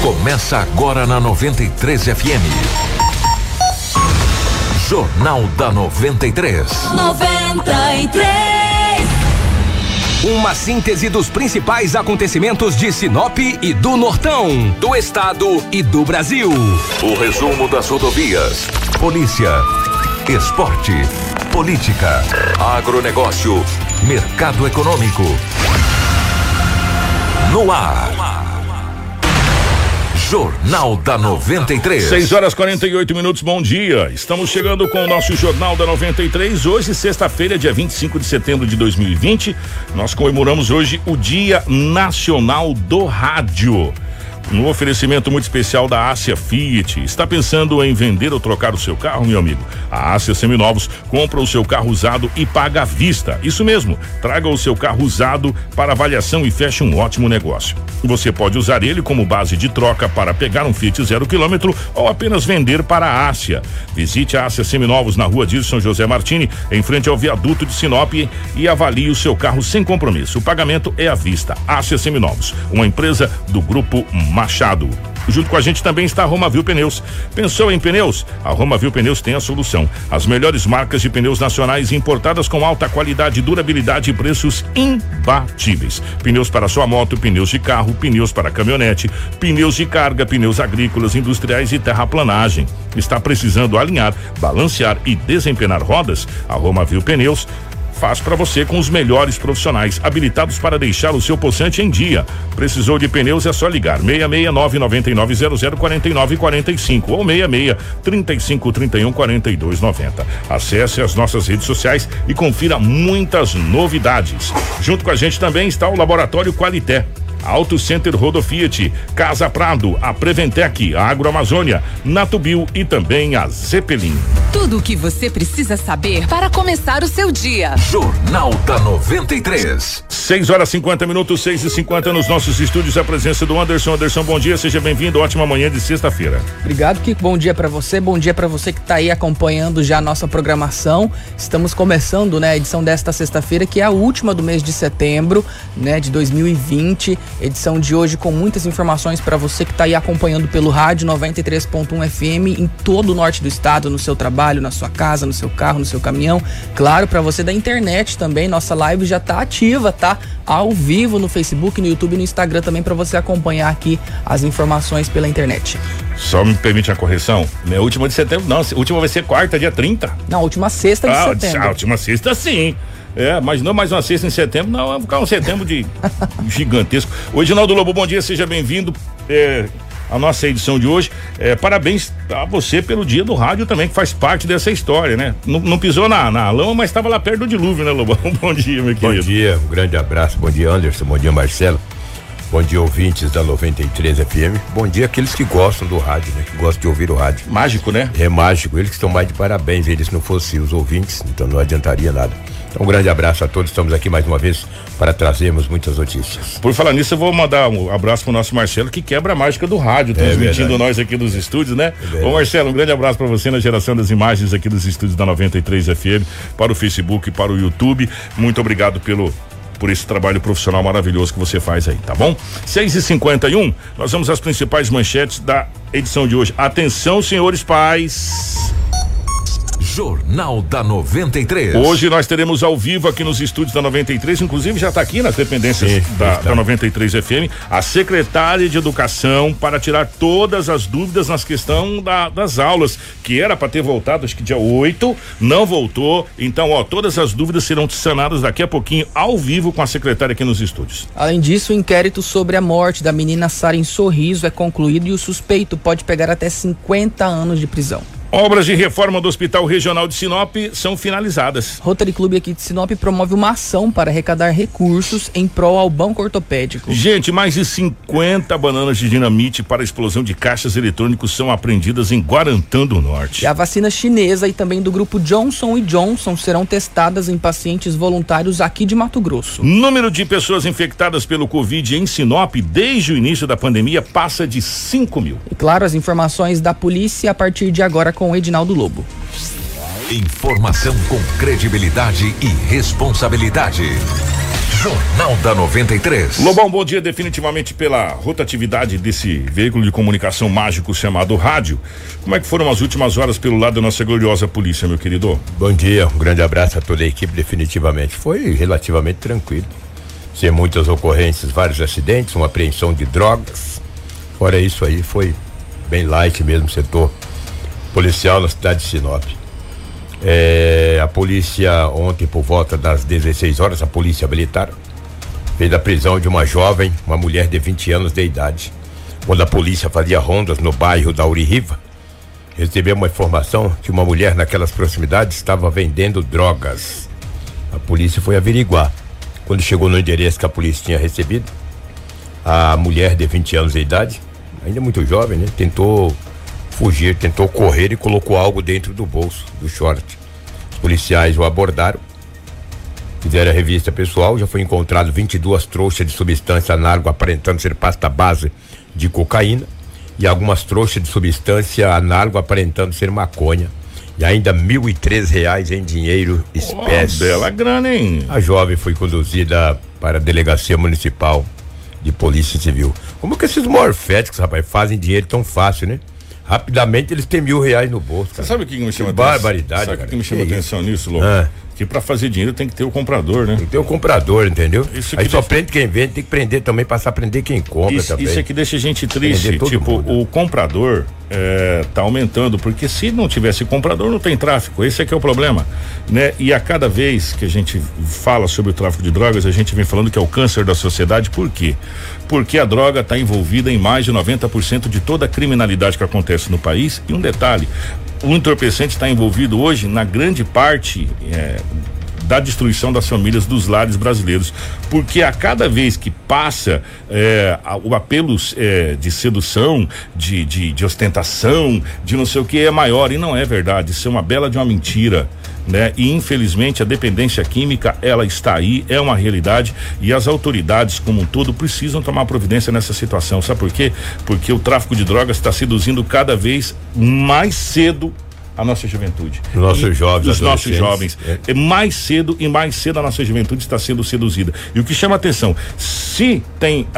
Começa agora na 93 FM. Jornal da 93. 93. Uma síntese dos principais acontecimentos de Sinop e do Nortão, do estado e do Brasil. O resumo das rodovias, polícia, esporte, política, agronegócio, mercado econômico. No ar. Jornal da 93. 6h48, bom dia. Estamos chegando com o nosso Jornal da 93. Hoje, sexta-feira, dia 25 de setembro de 2020. Nós comemoramos hoje o Dia Nacional do Rádio. No oferecimento muito especial da Ásia Fiat. Está pensando em vender ou trocar o seu carro, meu amigo? A Ásia Seminovos compra o seu carro usado e paga à vista. Isso mesmo, traga o seu carro usado para avaliação e feche um ótimo negócio. Você pode usar ele como base de troca para pegar um Fiat 0 km ou apenas vender para a Ásia. Visite a Ásia Seminovos na rua Dirson José Martini, em frente ao viaduto de Sinop, e avalie o seu carro sem compromisso. O pagamento é à vista. Ásia Seminovos, uma empresa do Grupo Machado. Junto com a gente também está a Romavil Pneus. Pensou em pneus? A Romavil Pneus tem a solução. As melhores marcas de pneus nacionais importadas com alta qualidade, durabilidade e preços imbatíveis. Pneus para sua moto, pneus de carro, pneus para caminhonete, pneus de carga, pneus agrícolas, industriais e terraplanagem. Está precisando alinhar, balancear e desempenar rodas? A Romavil Pneus faz para você com os melhores profissionais habilitados para deixar o seu poçante em dia. Precisou de pneus? É só ligar 669-9900-4945 ou 66-3531-4290. Acesse as nossas redes sociais e confira muitas novidades. Junto com a gente também está o Laboratório Qualité, Auto Center Rodo Fiat, Casa Prado, a Preventec, a Agroamazônia, Natubio e também a Zeppelin. Tudo o que você precisa saber para começar o seu dia. Jornal da 93. 6h50, 6h50 nos nossos estúdios. A presença do Anderson. Anderson, bom dia, seja bem-vindo. Ótima manhã de sexta-feira. Obrigado, Kiko. Bom dia pra você. Bom dia pra você que tá aí acompanhando já a nossa programação. Estamos começando, né, a edição desta sexta-feira, que é a última do mês de setembro, né, de 2020. Edição de hoje com muitas informações para você que está aí acompanhando pelo rádio 93.1 FM em todo o norte do estado, no seu trabalho, na sua casa, no seu carro, no seu caminhão. Claro, para você da internet também, nossa live já tá ativa, tá? Ao vivo no Facebook, no YouTube e no Instagram também, para você acompanhar aqui as informações pela internet. Só me permite a correção, não é última de setembro não, a última vai ser quarta, dia 30. Não, última sexta de setembro. A última sexta sim. Mas não mais uma sexta em setembro, não, vai ficar um setembro de gigantesco. O Edinaldo Lobo, bom dia, seja bem-vindo à nossa edição de hoje. Parabéns a você pelo dia do rádio também, que faz parte dessa história, né? Não pisou na lama, mas estava lá perto do dilúvio, né, Lobão? Bom dia, meu querido. Bom dia, um grande abraço, bom dia, Anderson, bom dia, Marcelo. Bom dia, ouvintes da 93 FM. Bom dia aqueles que gostam do rádio, né? Que gostam de ouvir o rádio. Mágico, né? É mágico, eles que estão mais de parabéns. Eles, se não fossem os ouvintes, então não adiantaria nada. Então, um grande abraço a todos. Estamos aqui mais uma vez para trazermos muitas notícias. Por falar nisso, eu vou mandar um abraço pro nosso Marcelo, que quebra a mágica do rádio, transmitindo nós aqui dos estúdios, né? Ô Marcelo, um grande abraço para você na geração das imagens aqui dos estúdios da 93 FM, para o Facebook, para o YouTube. Muito obrigado por esse trabalho profissional maravilhoso que você faz aí, tá bom? 6h51, nós vamos às principais manchetes da edição de hoje. Atenção, senhores pais. Jornal da 93. Hoje nós teremos ao vivo aqui nos estúdios da 93, inclusive já está aqui nas dependências da 93 FM, a secretária de Educação, para tirar todas as dúvidas nas questões das aulas, que era para ter voltado, acho que dia 8, não voltou. Então, todas as dúvidas serão sanadas daqui a pouquinho, ao vivo, com a secretária aqui nos estúdios. Além disso, o inquérito sobre a morte da menina Sara em Sorriso é concluído e o suspeito pode pegar até 50 anos de prisão. Obras de reforma do Hospital Regional de Sinop são finalizadas. Rotary Clube aqui de Sinop promove uma ação para arrecadar recursos em prol ao banco ortopédico. Gente, mais de 50 bananas de dinamite para explosão de caixas eletrônicos são apreendidas em Guarantã do Norte. E a vacina chinesa e também do grupo Johnson & Johnson serão testadas em pacientes voluntários aqui de Mato Grosso. Número de pessoas infectadas pelo Covid em Sinop desde o início da pandemia passa de 5 mil. E claro, as informações da polícia a partir de agora com o Edinaldo Lobo. Informação com credibilidade e responsabilidade. Jornal da 93. Lobão, bom dia. Definitivamente pela rotatividade desse veículo de comunicação mágico chamado rádio. Como é que foram as últimas horas pelo lado da nossa gloriosa polícia, meu querido? Bom dia, um grande abraço a toda a equipe. Definitivamente foi relativamente tranquilo, sem muitas ocorrências, vários acidentes, uma apreensão de drogas. Fora isso aí, foi bem light mesmo, setor policial na cidade de Sinop. A polícia ontem por volta das 16 horas, a polícia militar fez a prisão de uma jovem, uma mulher de 20 anos de idade. Quando a polícia fazia rondas no bairro da Urihiva, recebeu uma informação que uma mulher naquelas proximidades estava vendendo drogas. A polícia foi averiguar. Quando chegou no endereço que a polícia tinha recebido, a mulher de 20 anos de idade, ainda muito jovem, né? Tentou fugir, tentou correr e colocou algo dentro do bolso, do short. Os policiais o abordaram, fizeram a revista pessoal, já foi encontrado 22 trouxas de substância análoga aparentando ser pasta base de cocaína e algumas trouxas de substância análoga aparentando ser maconha e ainda R$1.003 em dinheiro espécie. Bela grana, hein? A jovem foi conduzida para a Delegacia Municipal de Polícia Civil. Como que esses morféticos, rapaz, fazem dinheiro tão fácil, né? Rapidamente eles têm R$1.000 no bolso, cara. Você sabe o que me chama atenção? Barbaridade, sabe cara. O que me chama atenção nisso, Lobo? Que pra fazer dinheiro tem que ter o comprador, né? Tem que ter o comprador, entendeu? Aí só deixa... prende quem vende, tem que prender também, passar a prender quem compra também. Isso aqui deixa a gente triste, tipo, o comprador tá aumentando, porque se não tivesse comprador não tem tráfico, esse é que é o problema, né? E a cada vez que a gente fala sobre o tráfico de drogas, a gente vem falando que é o câncer da sociedade. Por quê? Porque a droga está envolvida em mais de 90% de toda a criminalidade que acontece no país. E um detalhe, o entorpecente está envolvido hoje na grande parte da destruição das famílias, dos lares brasileiros, porque a cada vez que passa o apelo de sedução, de ostentação, de não sei o que, é maior, e não é verdade. Isso é uma bela de uma mentira, né? E infelizmente a dependência química, ela está aí, é uma realidade, e as autoridades como um todo precisam tomar providência nessa situação. Sabe por quê? Porque o tráfico de drogas está seduzindo cada vez mais cedo a nossa juventude. Os nossos jovens. Mais cedo e mais cedo a nossa juventude está sendo seduzida. E o que chama atenção, se tem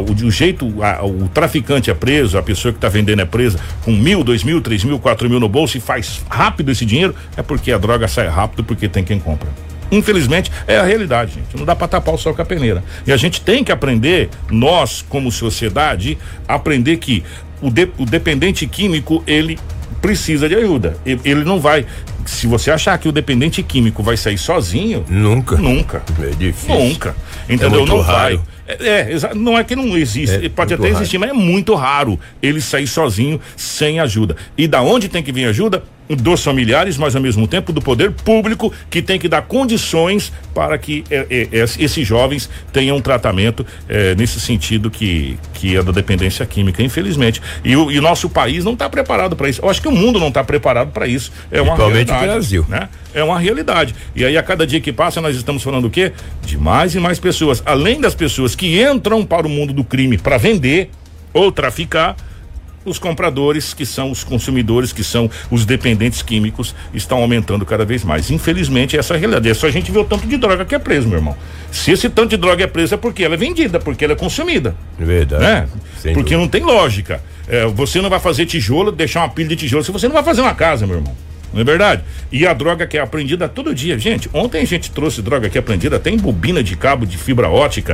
o traficante é preso, a pessoa que está vendendo é presa com 1.000, 2.000, 3.000, 4.000 no bolso e faz rápido esse dinheiro, é porque a droga sai rápido, porque tem quem compra. Infelizmente, é a realidade, gente. Não dá para tapar o sol com a peneira. E a gente tem que aprender, nós como sociedade, aprender que o dependente químico, ele precisa de ajuda. Ele não vai. Se você achar que o dependente químico vai sair sozinho, nunca. É difícil. Nunca. Entendeu? Não vai. Não é que não existe, pode até existir, mas é muito raro ele sair sozinho, sem ajuda. E da onde tem que vir ajuda? Dos familiares, mas ao mesmo tempo do poder público, que tem que dar condições para que esses jovens tenham um tratamento nesse sentido que é da dependência química, infelizmente. E o nosso país não está preparado para isso. Eu acho que o mundo não está preparado para isso. É uma realidade, o Brasil, né? É uma realidade. E aí a cada dia que passa nós estamos falando o quê? De mais e mais pessoas, além das pessoas que entram para o mundo do crime para vender ou traficar. Os compradores, que são os consumidores, que são os dependentes químicos, estão aumentando cada vez mais. Infelizmente, essa é a realidade. É só a gente ver o tanto de droga que é preso, meu irmão. Se esse tanto de droga é preso, é porque ela é vendida, porque ela é consumida. É verdade. Né? Porque não tem lógica. Você não vai fazer tijolo, deixar uma pilha de tijolo, se você não vai fazer uma casa, meu irmão. Não é verdade? E a droga que é apreendida todo dia. Gente, ontem a gente trouxe droga que é apreendida, tem bobina de cabo de fibra ótica.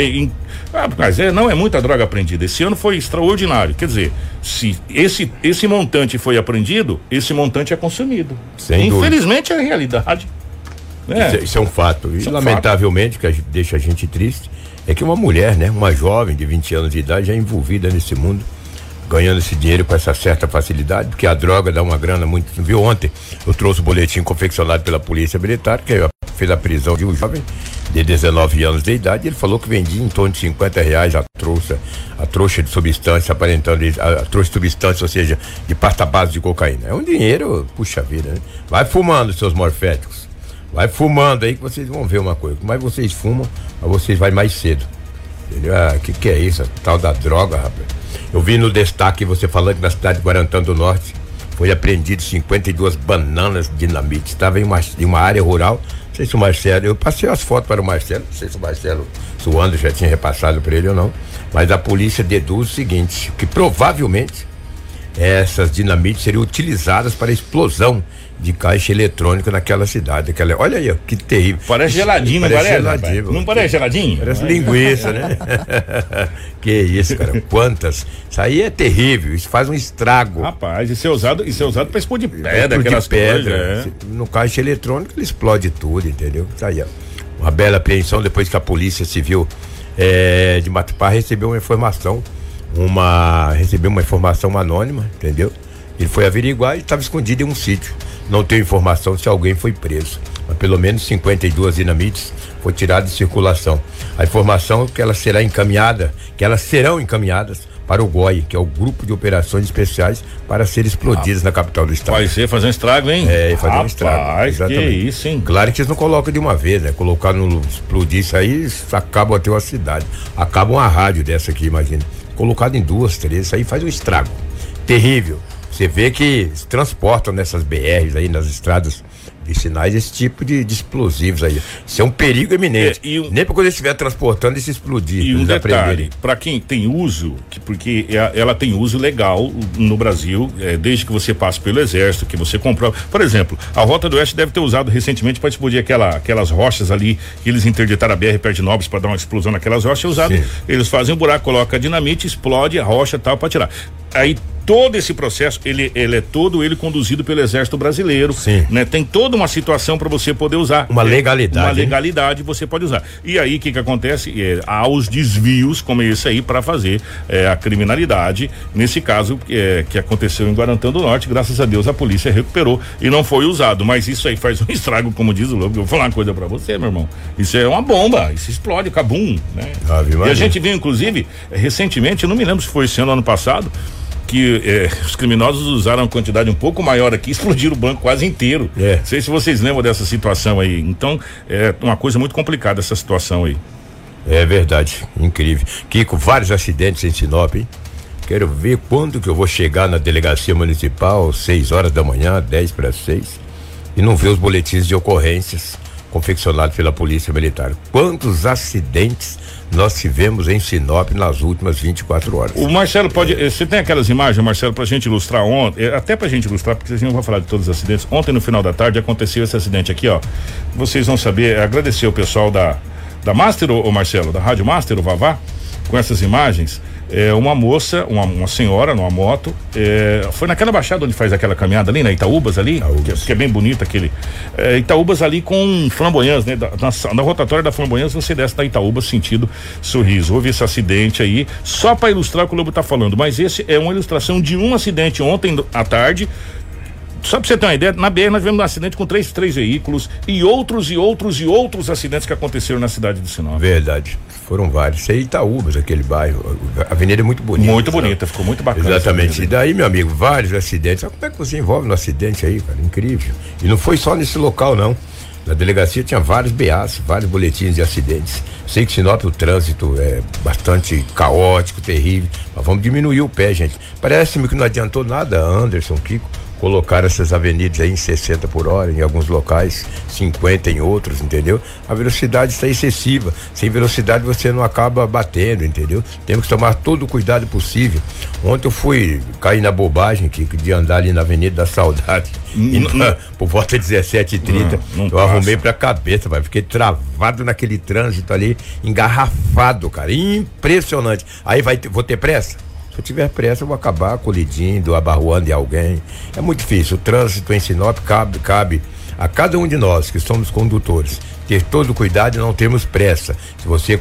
Mas não é muita droga apreendida. Esse ano foi extraordinário. Quer dizer, se esse montante foi apreendido, esse montante é consumido. Infelizmente é a realidade. Isso é um fato. E lamentavelmente, que deixa a gente triste, é que uma mulher, né? Uma jovem de 20 anos de idade já envolvida nesse mundo, ganhando esse dinheiro com essa certa facilidade, porque a droga dá uma grana muito. Viu, ontem eu trouxe o boletim confeccionado pela Polícia Militar, que fez a prisão de um jovem de 19 anos de idade. Ele falou que vendia em torno de R$50 a trouxa de substância, aparentando a trouxa de substância, ou seja, de pasta base de cocaína. É um dinheiro, puxa vida, né? Vai fumando, seus morféticos. Vai fumando aí que vocês vão ver uma coisa. Mais vocês fumam, mas vocês vai mais cedo. Entendeu? Que é isso? A tal da droga, rapaz. Eu vi no destaque você falando que na cidade de Guarantã do Norte foi apreendido 52 bananas de dinamite. Estava em uma área rural Não sei se o Marcelo, eu passei as fotos para o Marcelo, não sei se o Marcelo, se o André já tinha repassado para ele ou não, mas a polícia deduz o seguinte, que provavelmente essas dinamites seriam utilizadas para explosão de caixa eletrônica naquela cidade. Olha aí, ó, que terrível. Parece geladinho, não parece? Geladinho, não parece geladinho? Parece linguiça, né? Que isso, cara. Quantas? Isso aí é terrível, isso faz um estrago. Rapaz, isso é usado para explodir pedra, aquelas pedras. No caixa eletrônico ele explode tudo, entendeu? Isso aí, ó. Uma bela apreensão depois que a Polícia Civil de Matupá recebeu uma informação anônima, entendeu? Ele foi averiguar e estava escondido em um sítio. Não tenho informação se alguém foi preso, mas pelo menos 52 dinamites foram tiradas de circulação. A informação é que elas serão encaminhadas para o GOI, que é o Grupo de Operações Especiais, para serem explodidas na capital do estado. Vai ser fazer um estrago, hein? Fazer um estrago. Exatamente. Que isso, hein? Claro que eles não colocam de uma vez, né? Colocar no explodir isso aí, acaba até uma cidade. Acaba uma rádio dessa aqui, imagina. Colocado em 2, 3, isso aí faz um estrago terrível. Você vê que transportam nessas BRs aí, nas estradas vicinais, esse tipo de explosivos aí. Isso é um perigo eminente. Nem pra quando eles estiver transportando e se explodir. E um detalhe, para quem tem uso, porque ela tem uso legal no Brasil, desde que você passe pelo exército, que você comprou. Por exemplo, a Rota do Oeste deve ter usado recentemente para explodir aquelas rochas ali, que eles interditaram a BR perto de Nobres para dar uma explosão naquelas rochas. Eles fazem um buraco, colocam dinamite, explode a rocha e tal para tirar. Aí todo esse processo, ele é todo ele conduzido pelo Exército Brasileiro, né? Tem toda uma situação para você poder usar. Uma legalidade. Uma legalidade você pode usar. E aí o que acontece? Há os desvios como esse aí para fazer a criminalidade. Nesse caso que aconteceu em Guarantã do Norte, graças a Deus a polícia recuperou e não foi usado. Mas isso aí faz um estrago, como diz o Lobo. Eu vou falar uma coisa para você, meu irmão. Isso é uma bomba, isso explode, cabum, né? E a gente viu, inclusive, recentemente, eu não me lembro se foi esse ano ou ano passado, que os criminosos usaram uma quantidade um pouco maior aqui, explodiram o banco quase inteiro. Não sei se vocês lembram dessa situação aí. Então, é uma coisa muito complicada essa situação aí. É verdade, incrível. Kiko, vários acidentes em Sinop, hein? Quero ver quando que eu vou chegar na delegacia municipal, 6 horas da manhã, 10:06, e não ver os boletins de ocorrências confeccionados pela Polícia Militar. Quantos acidentes nós tivemos em Sinop nas últimas 24 horas. O Marcelo você tem aquelas imagens, Marcelo, pra gente ilustrar ontem, até pra gente ilustrar, porque a gente não vai falar de todos os acidentes. Ontem no final da tarde aconteceu esse acidente aqui, ó. Vocês vão saber, agradecer o pessoal da Master, ô Marcelo, da Rádio Master, o Vavá, com essas imagens. Uma moça, uma senhora numa moto, foi naquela baixada onde faz aquela caminhada ali, na Itaúbas ali, que é bem bonita aquele, Itaúbas ali com Flamboyãs, né? Na rotatória da Flamboyãs você desce da Itaúbas sentido Sorriso. Houve esse acidente aí, só para ilustrar o que o Lobo tá falando, mas esse é uma ilustração de um acidente ontem à tarde. Só pra você ter uma ideia, na BR nós tivemos um acidente com três veículos e outros acidentes que aconteceram na cidade de Sinop. Verdade, foram vários. Isso aí Itaúbas, aquele bairro, a avenida é muito bonita. Muito bonita, ficou muito bacana. Exatamente, e daí, meu amigo, vários acidentes. Como é que você envolve no acidente aí, cara? Incrível. E não foi só nesse local, não. Na delegacia tinha vários BAs, vários boletins de acidentes. Sei que Sinop o trânsito é bastante caótico, terrível, mas vamos diminuir o pé, gente. Parece-me que não adiantou nada, Anderson, Kiko, colocar essas avenidas aí em 60 por hora, em alguns locais, 50 em outros, entendeu? A velocidade está excessiva. Sem velocidade você não acaba batendo, entendeu? Temos que tomar todo o cuidado possível. Ontem eu cair na bobagem de andar ali na Avenida da Saudade, por volta de 17h30. Eu arrumei pra cabeça, fiquei travado naquele trânsito ali, engarrafado, cara. Impressionante. Aí vou ter pressa? Se eu tiver pressa, eu vou acabar colidindo, abarroando em alguém. É muito difícil. O trânsito em Sinop cabe a cada um de nós que somos condutores ter todo o cuidado e não termos pressa. Se você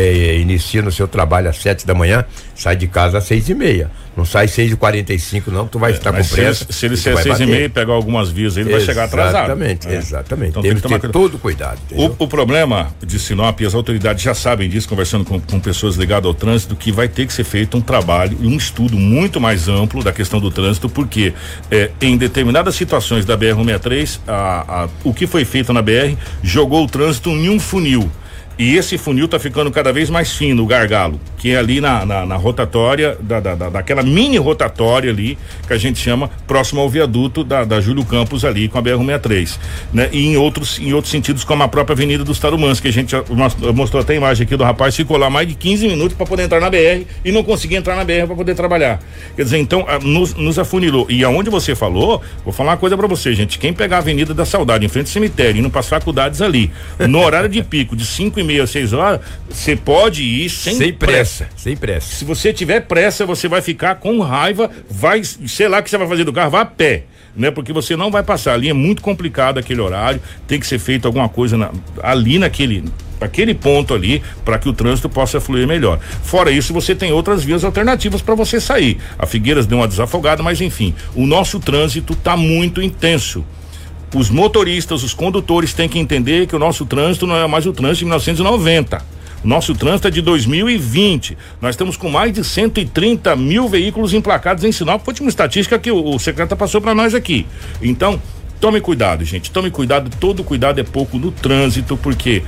inicia no seu trabalho às 7 da manhã, sai de casa às 6:30. Não sai 6h45 não, que tu vai estar com pressa. Se ele ser 6:30 e pegar algumas vias, ele vai chegar atrasado. Exatamente. Então, temos que ter todo o cuidado. O problema de Sinop, e as autoridades já sabem disso, conversando com pessoas ligadas ao trânsito, que vai ter que ser feito um trabalho e um estudo muito mais amplo da questão do trânsito, porque em determinadas situações da BR-163, o que foi feito na BR jogou o trânsito em um funil. E esse funil tá ficando cada vez mais fino, o gargalo, que é ali na rotatória, daquela mini rotatória ali, que a gente chama próximo ao viaduto da Júlio Campos ali, com a BR-163, né? E em outros sentidos, como a própria Avenida dos Tarumãs, que a gente mostrou até a imagem aqui do rapaz, ficou lá mais de 15 minutos para poder entrar na BR e não conseguia entrar na BR para poder trabalhar. Quer dizer, então, nos afunilou. E aonde você falou, vou falar uma coisa para você, gente, quem pegar a Avenida da Saudade, em frente ao cemitério, indo para as faculdades ali, no horário de pico, de 5h30, 6 horas, você pode ir sem pressa. Sem pressa. Se você tiver pressa, você vai ficar com raiva, sei lá o que você vai fazer do carro, vá a pé, né? Porque você não vai passar, ali é muito complicado aquele horário, tem que ser feito alguma coisa ali naquele ponto ali, para que o trânsito possa fluir melhor. Fora isso, você tem outras vias alternativas para você sair. A Figueiras deu uma desafogada, mas enfim, o nosso trânsito tá muito intenso. Os motoristas, os condutores têm que entender que o nosso trânsito não é mais o trânsito de 1990. O nosso trânsito é de 2020. Nós estamos com mais de 130 mil veículos emplacados em Sinop. Foi uma estatística que o secretário passou para nós aqui. Então, tome cuidado, gente. Tome cuidado. Todo cuidado é pouco no trânsito, porque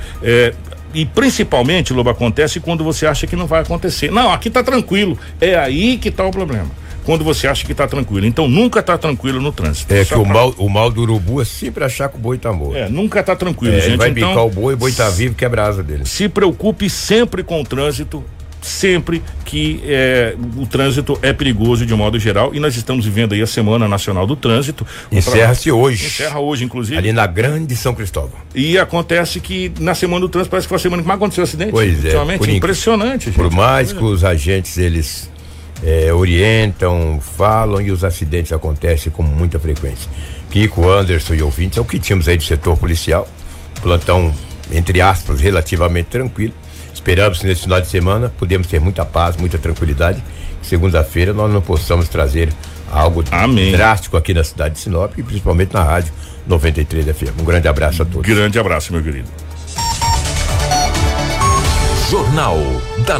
e principalmente, Lobo, acontece quando você acha que não vai acontecer. Não, aqui tá tranquilo. É aí que tá o problema. Quando você acha que tá tranquilo. Então nunca tá tranquilo no trânsito. É que o mal do urubu é sempre achar que o boi tá morto. Nunca tá tranquilo, gente. Ele vai picar o boi tá vivo, quebra a asa dele. Se preocupe sempre com o trânsito, sempre que o trânsito é perigoso de um modo geral, e nós estamos vivendo aí a Semana Nacional do Trânsito. Encerra-se hoje. Encerra hoje, inclusive. Ali na Grande São Cristóvão. E acontece que na Semana do Trânsito parece que foi a semana que mais aconteceu acidente. Pois é. Impressionante, gente. Por mais que os agentes, eles orientam, falam, e os acidentes acontecem com muita frequência. Kiko, Anderson e ouvintes, é o que tínhamos aí do setor policial, plantão, entre aspas, relativamente tranquilo. Esperamos que nesse final de semana podemos ter muita paz, muita tranquilidade. Segunda-feira nós não possamos trazer algo drástico aqui na cidade de Sinop, e principalmente na rádio 93 FM. Um grande abraço a todos. Grande abraço, meu querido. Jornal da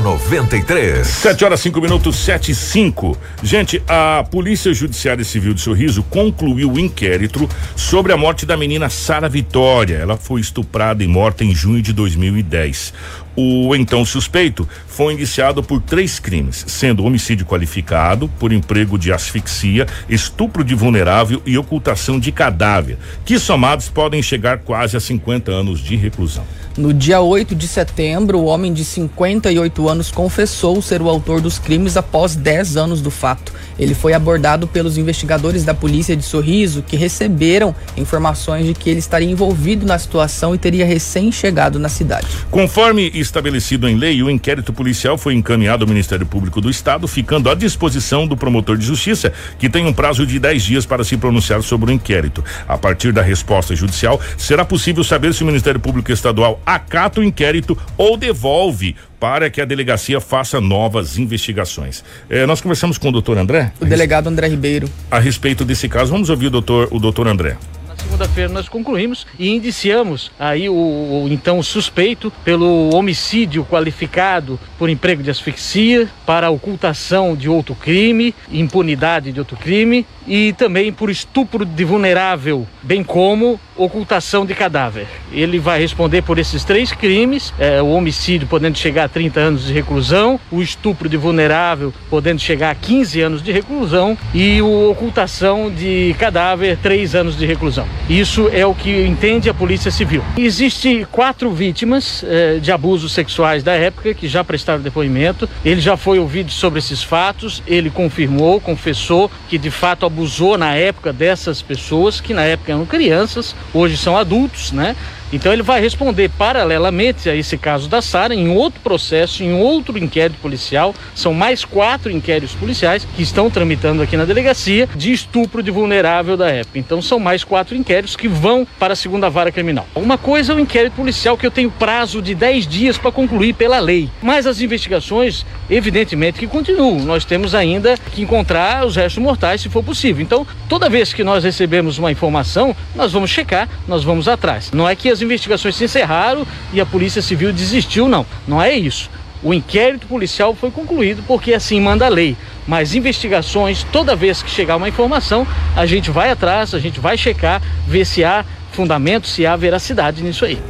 93. 7h05, 7h05. Gente, a Polícia Judiciária Civil de Sorriso concluiu o inquérito sobre a morte da menina Sara Vitória. Ela foi estuprada e morta em junho de 2010. O então suspeito foi indiciado por 3 crimes, sendo homicídio qualificado por emprego de asfixia, estupro de vulnerável e ocultação de cadáver, que somados podem chegar quase a 50 anos de reclusão. No dia 8 de setembro, o homem de 58 anos confessou ser o autor dos crimes após 10 anos do fato. Ele foi abordado pelos investigadores da Polícia de Sorriso, que receberam informações de que ele estaria envolvido na situação e teria recém-chegado na cidade. Conforme estabelecido em lei, o inquérito policial foi encaminhado ao Ministério Público do Estado, ficando à disposição do promotor de justiça, que tem um prazo de 10 dias para se pronunciar sobre o inquérito. A partir da resposta judicial, será possível saber se o Ministério Público Estadual acata o inquérito ou devolve para que a delegacia faça novas investigações. Nós conversamos com o doutor André. O delegado André Ribeiro. A respeito desse caso, vamos ouvir o doutor André. Segunda-feira nós concluímos e indiciamos aí o então suspeito pelo homicídio qualificado por emprego de asfixia, para ocultação de outro crime, impunidade de outro crime, e também por estupro de vulnerável, bem como ocultação de cadáver. Ele vai responder por esses 3 crimes, o homicídio podendo chegar a 30 anos de reclusão, o estupro de vulnerável podendo chegar a 15 anos de reclusão e o ocultação de cadáver 3 anos de reclusão. Isso é o que entende a Polícia Civil. Existem 4 vítimas de abusos sexuais da época que já prestaram depoimento. Ele já foi ouvido sobre esses fatos, ele confessou que de fato abusou na época dessas pessoas, que na época eram crianças, hoje são adultos, né? Então ele vai responder paralelamente a esse caso da Sara em outro processo, em outro inquérito policial. São mais 4 inquéritos policiais que estão tramitando aqui na delegacia de estupro de vulnerável da época. Então são mais 4 inquéritos que vão para a 2ª Vara Criminal. Uma coisa é o inquérito policial, que eu tenho prazo de 10 dias para concluir pela lei. Mas as investigações, evidentemente, que continuam. Nós temos ainda que encontrar os restos mortais, se for possível. Então, toda vez que nós recebemos uma informação, nós vamos checar, nós vamos atrás. Não é que as investigações se encerraram e a Polícia Civil desistiu, não. Não é isso. O inquérito policial foi concluído porque assim manda a lei. Mas investigações, toda vez que chegar uma informação, a gente vai atrás, a gente vai checar, ver se há fundamento, se há veracidade nisso aí.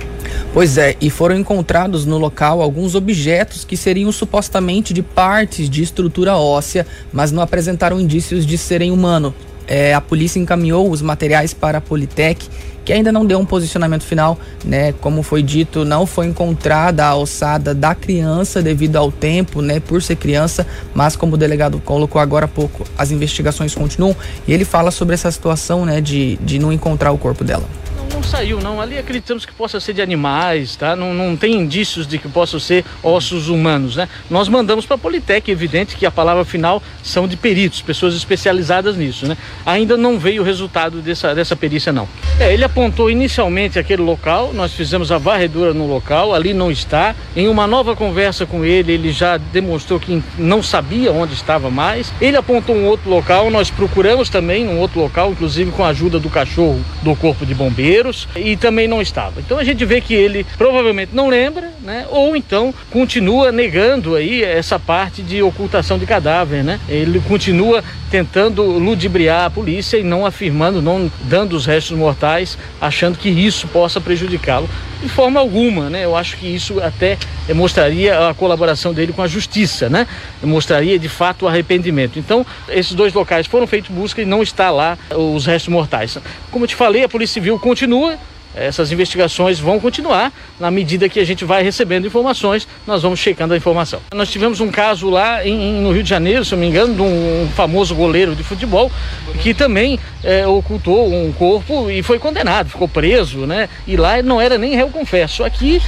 Pois é, e foram encontrados no local alguns objetos que seriam supostamente de partes de estrutura óssea, mas não apresentaram indícios de serem humanos. A polícia encaminhou os materiais para a Politec, que ainda não deu um posicionamento final, né? Como foi dito, não foi encontrada a ossada da criança devido ao tempo, né? Por ser criança, mas como o delegado colocou agora há pouco, as investigações continuam e ele fala sobre essa situação, né? De não encontrar o corpo dela. Não saiu, não. Ali acreditamos que possa ser de animais, tá? Não tem indícios de que possam ser ossos humanos, né? Nós mandamos para a Politec, evidente que a palavra final são de peritos, pessoas especializadas nisso, né? Ainda não veio o resultado dessa perícia, não. Ele apontou inicialmente aquele local, nós fizemos a varredura no local, ali não está. Em uma nova conversa com ele já demonstrou que não sabia onde estava mais. Ele apontou um outro local, nós procuramos também num outro local, inclusive com a ajuda do cachorro do Corpo de Bombeiros, e também não estava. Então a gente vê que ele provavelmente não lembra, né? Ou então continua negando aí essa parte de ocultação de cadáver, né? Ele continua tentando ludibriar a polícia e não afirmando, não dando os restos mortais, achando que isso possa prejudicá-lo de forma alguma, né? Eu acho que isso até mostraria a colaboração dele com a justiça, né? Mostraria de fato o arrependimento. Então, esses dois locais foram feitos busca e não está lá os restos mortais. Como eu te falei, a Polícia Civil continua. Essas investigações vão continuar. Na medida que a gente vai recebendo informações, nós vamos checando a informação. Nós tivemos um caso lá no Rio de Janeiro, se eu não me engano, de um famoso goleiro de futebol que também ocultou um corpo e foi condenado, ficou preso, né? E lá não era nem réu confesso. Aqui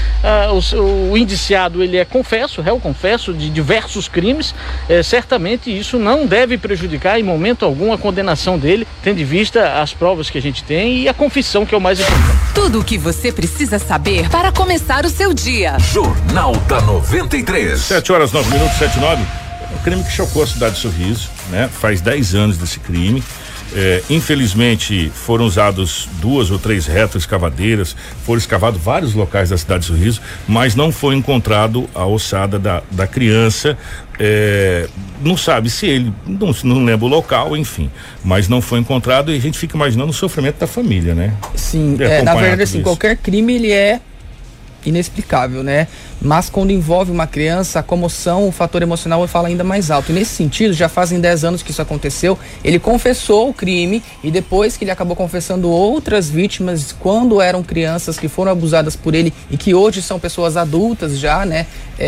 o indiciado ele é confesso, réu confesso de diversos crimes. Certamente isso não deve prejudicar em momento algum a condenação dele, tendo em vista as provas que a gente tem e a confissão, que é o mais importante. Tudo o que você precisa saber para começar o seu dia. Jornal da 93. 7h09, 7h09. Um crime que chocou a cidade de Sorriso, né? Faz 10 anos desse crime. Infelizmente foram usados 2 ou 3 retroescavadeiras, foram escavados vários locais da cidade de Sorriso, mas não foi encontrado a ossada da criança. Não sabe se ele, não lembra o local, enfim, mas não foi encontrado e a gente fica imaginando o sofrimento da família, né? Sim, na verdade assim, qualquer crime ele é inexplicável, né? Mas quando envolve uma criança, a comoção, o fator emocional fala ainda mais alto. E nesse sentido, já fazem 10 anos que isso aconteceu. Ele confessou o crime e depois que ele acabou confessando outras vítimas quando eram crianças que foram abusadas por ele e que hoje são pessoas adultas já, né?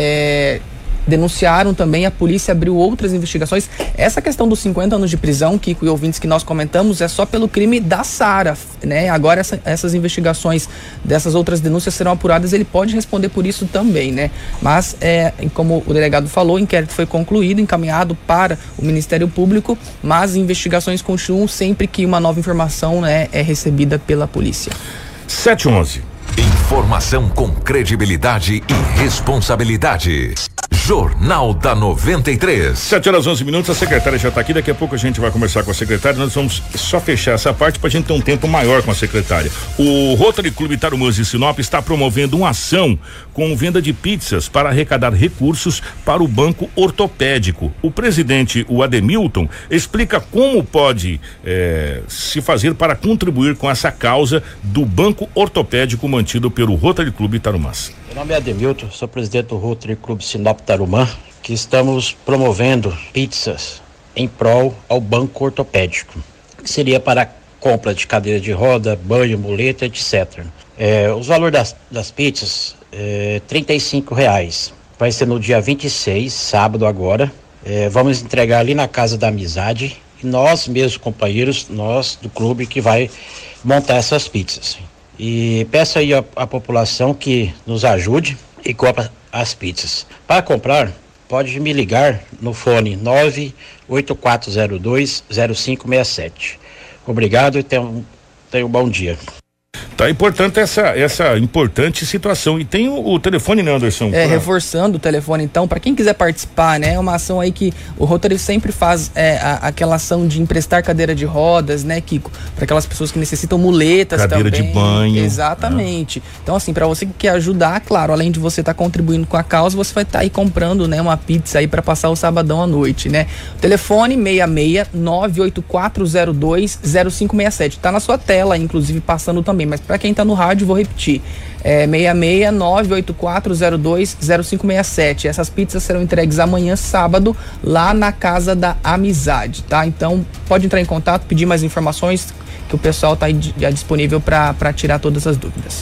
Denunciaram também, a polícia abriu outras investigações. Essa questão dos 50 anos de prisão, Kiko e ouvintes, que nós comentamos, é só pelo crime da Sara, né? Agora essas investigações dessas outras denúncias serão apuradas, ele pode responder por isso também, né? Mas, como o delegado falou, o inquérito foi concluído, encaminhado para o Ministério Público, mas investigações continuam sempre que uma nova informação, né, é recebida pela polícia. 7h11. Informação com credibilidade e responsabilidade. Jornal da 93. 7h11, a secretária já está aqui, daqui a pouco a gente vai conversar com a secretária, nós vamos só fechar essa parte para a gente ter um tempo maior com a secretária. O Rotary Clube Tarumãs de Sinop está promovendo uma ação com venda de pizzas para arrecadar recursos para o Banco Ortopédico. O presidente, o Ademilton, explica como pode se fazer para contribuir com essa causa do Banco Ortopédico mantido pelo Rotary Clube Tarumãs. Meu nome é Ademilton, sou presidente do Rotary Clube Sinop Tarumã, que estamos promovendo pizzas em prol ao Banco Ortopédico, que seria para compra de cadeira de roda, banho, muleta, etc. Os valores das pizzas R$35. Vai ser no dia 26, sábado agora. Vamos entregar ali na Casa da Amizade e nós mesmos, companheiros, nós do clube que vai montar essas pizzas. E peço aí a população que nos ajude e compra as pizzas. Para comprar, pode me ligar no fone 98402-0567. Obrigado e tenha um bom dia. Tá importante essa importante situação. E tem o telefone, né, Anderson? Reforçando o telefone, então, para quem quiser participar, né? É uma ação aí que o Rotary sempre faz aquela ação de emprestar cadeira de rodas, né, Kiko? Para aquelas pessoas que necessitam muletas cadeira também. De banho. Exatamente. Então, assim, para você que quer ajudar, claro, além de você estar contribuindo com a causa, você vai estar aí comprando, né, uma pizza aí para passar o sabadão à noite, né? O telefone 66-98402-0567. Tá na sua tela, inclusive, passando também, mas Para quem tá no rádio, vou repetir. 66984020567. Essas pizzas serão entregues amanhã, sábado, lá na Casa da Amizade, tá? Então, pode entrar em contato, pedir mais informações, que o pessoal tá aí já disponível para tirar todas as dúvidas.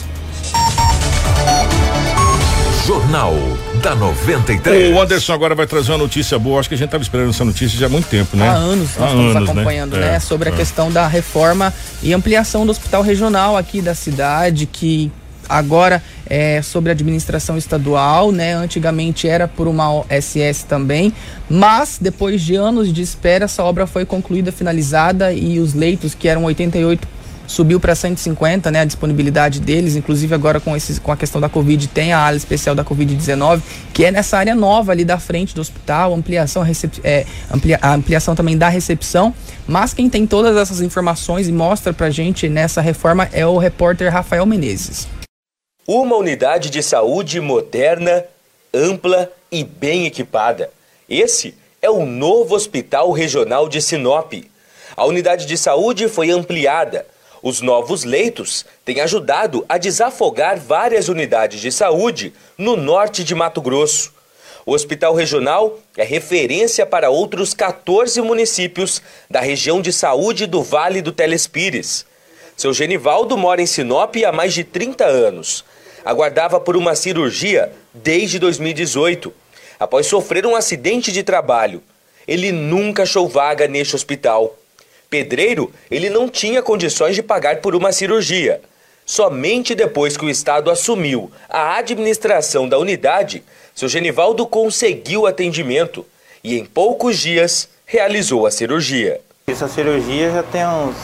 Jornal da 93. O Anderson agora vai trazer uma notícia boa. Acho que a gente estava esperando essa notícia já há muito tempo, né? Há anos nós estamos acompanhando, né? Sobre a questão da reforma e ampliação do hospital regional aqui da cidade, que agora é sobre a administração estadual, né? Antigamente era por uma OSS também, mas depois de anos de espera, essa obra foi concluída, finalizada, e os leitos, que eram 88, subiu para 150, né, a disponibilidade deles. Inclusive agora com a questão da Covid, tem a ala especial da Covid-19, que é nessa área nova ali da frente do hospital, a ampliação também da recepção. Mas quem tem todas essas informações e mostra pra gente nessa reforma é o repórter Rafael Menezes. Uma unidade de saúde moderna, ampla e bem equipada. Esse é o novo Hospital Regional de Sinop. A unidade de saúde foi ampliada. Os novos leitos têm ajudado a desafogar várias unidades de saúde no norte de Mato Grosso. O Hospital Regional é referência para outros 14 municípios da região de saúde do Vale do Telespires. Seu Genivaldo mora em Sinop há mais de 30 anos. Aguardava por uma cirurgia desde 2018. Após sofrer um acidente de trabalho, ele nunca achou vaga neste hospital. Pedreiro, ele não tinha condições de pagar por uma cirurgia. Somente depois que o Estado assumiu a administração da unidade, seu Genivaldo conseguiu atendimento e em poucos dias realizou a cirurgia. Essa cirurgia já tem uns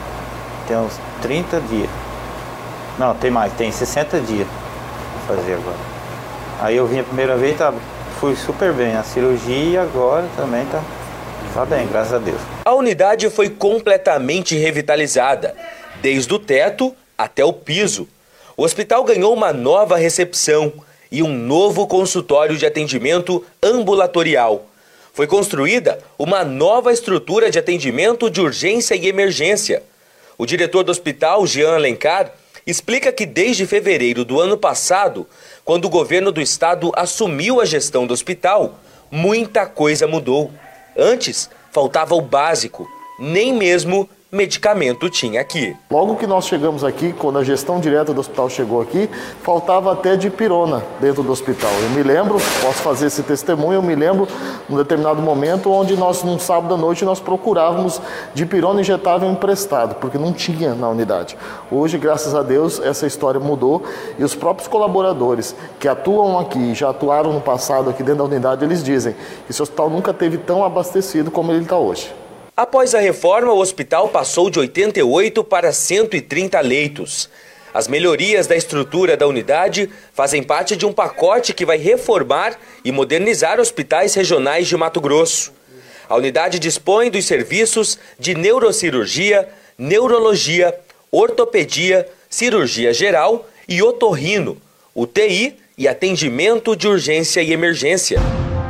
30 dias. Não, tem mais, tem 60 dias para fazer agora. Aí eu vim a primeira vez, fui super bem. A cirurgia agora também tá bem, graças a Deus. A unidade foi completamente revitalizada, desde o teto até o piso. O hospital ganhou uma nova recepção e um novo consultório de atendimento ambulatorial. Foi construída uma nova estrutura de atendimento de urgência e emergência. O diretor do hospital, Jean Alencar, explica que desde fevereiro do ano passado, quando o governo do estado assumiu a gestão do hospital, muita coisa mudou. Antes, faltava o básico, nem mesmo medicamento tinha aqui. Logo que nós chegamos aqui, quando a gestão direta do hospital chegou aqui, faltava até dipirona dentro do hospital. Eu me lembro, posso fazer esse testemunho, eu me lembro num determinado momento onde nós, num sábado à noite, nós procurávamos dipirona injetável emprestado, porque não tinha na unidade. Hoje, graças a Deus, essa história mudou e os próprios colaboradores que atuam aqui, já atuaram no passado aqui dentro da unidade, eles dizem que esse hospital nunca teve tão abastecido como ele está hoje. Após a reforma, o hospital passou de 88 para 130 leitos. As melhorias da estrutura da unidade fazem parte de um pacote que vai reformar e modernizar hospitais regionais de Mato Grosso. A unidade dispõe dos serviços de neurocirurgia, neurologia, ortopedia, cirurgia geral e otorrino, UTI e atendimento de urgência e emergência.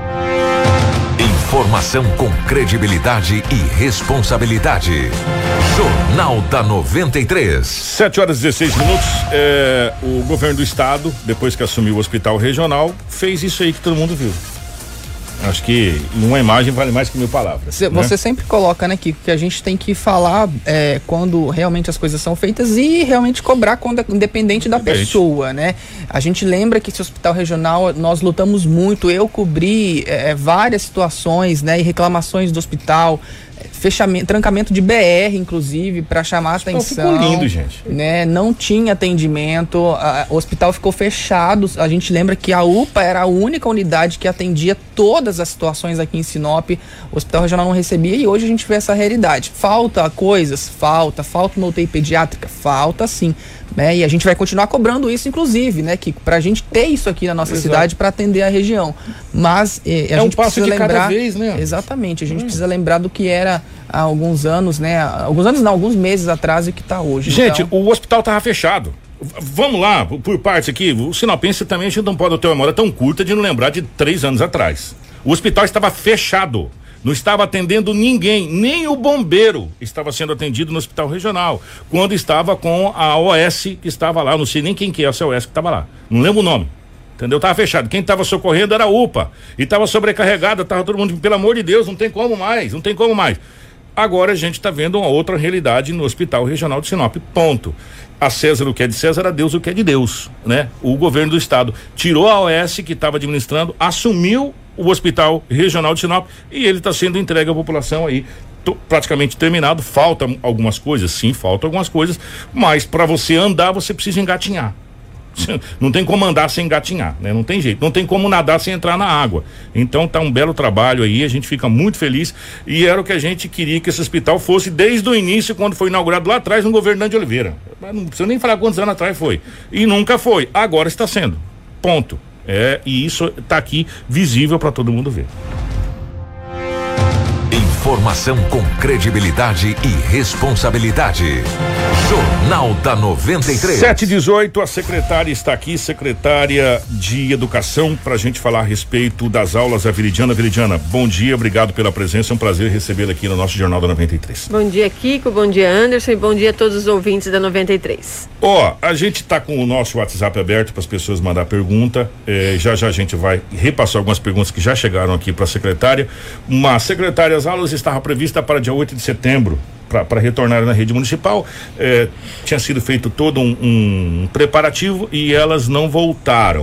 Informação com credibilidade e responsabilidade. Jornal da 93. 7h16. O governo do estado, depois que assumiu o hospital regional, fez isso aí que todo mundo viu. Acho que uma imagem vale mais que 1000 palavras. Você sempre coloca, né, Kiko, que a gente tem que falar quando realmente as coisas são feitas e realmente cobrar quando independente da pessoa, né? A gente lembra que esse hospital regional, nós lutamos muito, eu cobri várias situações, né, e reclamações do hospital, fechamento, trancamento de BR, inclusive, para chamar a atenção. Ficou lindo, gente. Né? Não tinha atendimento, o hospital ficou fechado. A gente lembra que a UPA era a única unidade que atendia todas as situações aqui em Sinop. O hospital regional não recebia e hoje a gente vê essa realidade. Falta coisas? Falta uma UTI pediátrica? Falta sim. Né? E a gente vai continuar cobrando isso, inclusive, né, Kiko, pra gente ter isso aqui na nossa cidade para atender a região. Mas a gente um passo precisa de lembrar, cada vez, né? Exatamente, a gente precisa lembrar do que era há alguns anos, né? Alguns meses atrás e que tá hoje. Gente, então, o hospital tava fechado. Vamos lá, por partes aqui. O sinopense também, a gente não pode ter uma memória tão curta de não lembrar de 3 anos atrás. O hospital estava fechado. Não estava atendendo ninguém, nem o bombeiro estava sendo atendido no hospital regional, quando estava com a OS que estava lá, não sei nem quem que é essa OS que estava lá, não lembro o nome, entendeu? Tava fechado, quem estava socorrendo era a UPA, e estava sobrecarregada, tava todo mundo, pelo amor de Deus, não tem como mais. Agora a gente está vendo uma outra realidade no Hospital Regional de Sinop, ponto. A César o que é de César, a Deus o que é de Deus, né? O governo do estado tirou a OS que estava administrando, assumiu o Hospital Regional de Sinop e ele está sendo entregue à população aí, praticamente terminado. Faltam algumas coisas, sim, mas para você andar você precisa engatinhar. Não tem como andar sem engatinhar, né? Não tem jeito, não tem como nadar sem entrar na água. Então tá um belo trabalho aí, a gente fica muito feliz e era o que a gente queria que esse hospital fosse desde o início, quando foi inaugurado lá atrás no governo de Oliveira. Não precisa nem falar quantos anos atrás foi. E nunca foi, agora está sendo. Ponto. E isso tá aqui visível para todo mundo ver. Informação com credibilidade e responsabilidade. Jornal da 93. 7h18, a secretária está aqui, secretária de Educação, para a gente falar a respeito das aulas, a Viridiana. Viridiana, bom dia, obrigado pela presença, é um prazer recebê-la aqui no nosso Jornal da 93. Bom dia, Kiko, bom dia, Anderson, e bom dia a todos os ouvintes da 93. A gente está com o nosso WhatsApp aberto para as pessoas mandar pergunta, já a gente vai repassar algumas perguntas que já chegaram aqui para a secretária. Mas, secretária, as aulas estavam previstas para dia 8 de setembro, para retornar na rede municipal. Tinha sido feito todo um preparativo e elas não voltaram.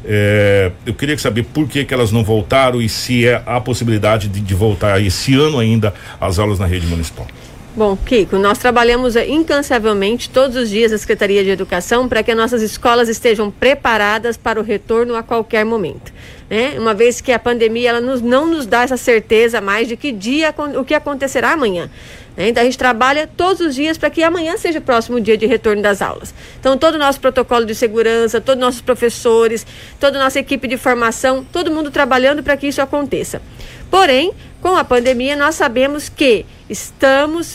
Eu queria saber por que elas não voltaram e se há possibilidade de voltar esse ano ainda as aulas na rede municipal. Bom, Kiko, nós trabalhamos incansavelmente todos os dias na Secretaria de Educação para que as nossas escolas estejam preparadas para o retorno a qualquer momento, né? Uma vez que a pandemia ela não nos dá essa certeza mais de que dia, o que acontecerá amanhã. Então a gente trabalha todos os dias para que amanhã seja o próximo dia de retorno das aulas. Então todo o nosso protocolo de segurança, todos os nossos professores, toda a nossa equipe de formação, todo mundo trabalhando para que isso aconteça. Porém, com a pandemia, nós sabemos que estamos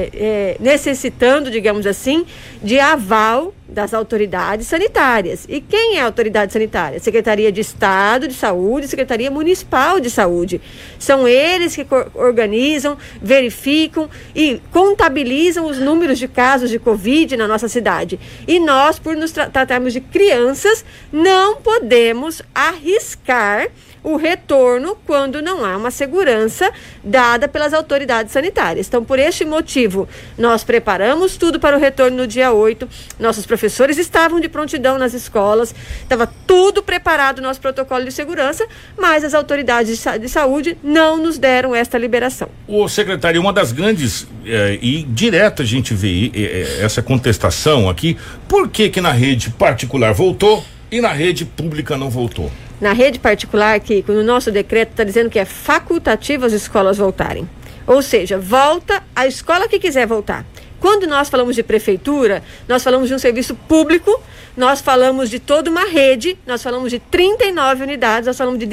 necessitando, digamos assim, de aval das autoridades sanitárias. E quem é a autoridade sanitária? Secretaria de Estado de Saúde, Secretaria Municipal de Saúde. São eles que organizam, verificam e contabilizam os números de casos de Covid na nossa cidade. E nós, por nos tratarmos de crianças, não podemos arriscar o retorno quando não há uma segurança dada pelas autoridades sanitárias. Então, por este motivo, nós preparamos tudo para o retorno no dia 8. Nossos professores estavam de prontidão nas escolas, estava tudo preparado, nosso protocolo de segurança, mas as autoridades de saúde não nos deram esta liberação. O secretário, uma das grandes e direto a gente vê essa contestação aqui, por que na rede particular voltou e na rede pública não voltou? Na rede particular, que no nosso decreto está dizendo que é facultativo as escolas voltarem. Ou seja, volta a escola que quiser voltar. Quando nós falamos de prefeitura, nós falamos de um serviço público, nós falamos de toda uma rede, nós falamos de 39 unidades, nós falamos de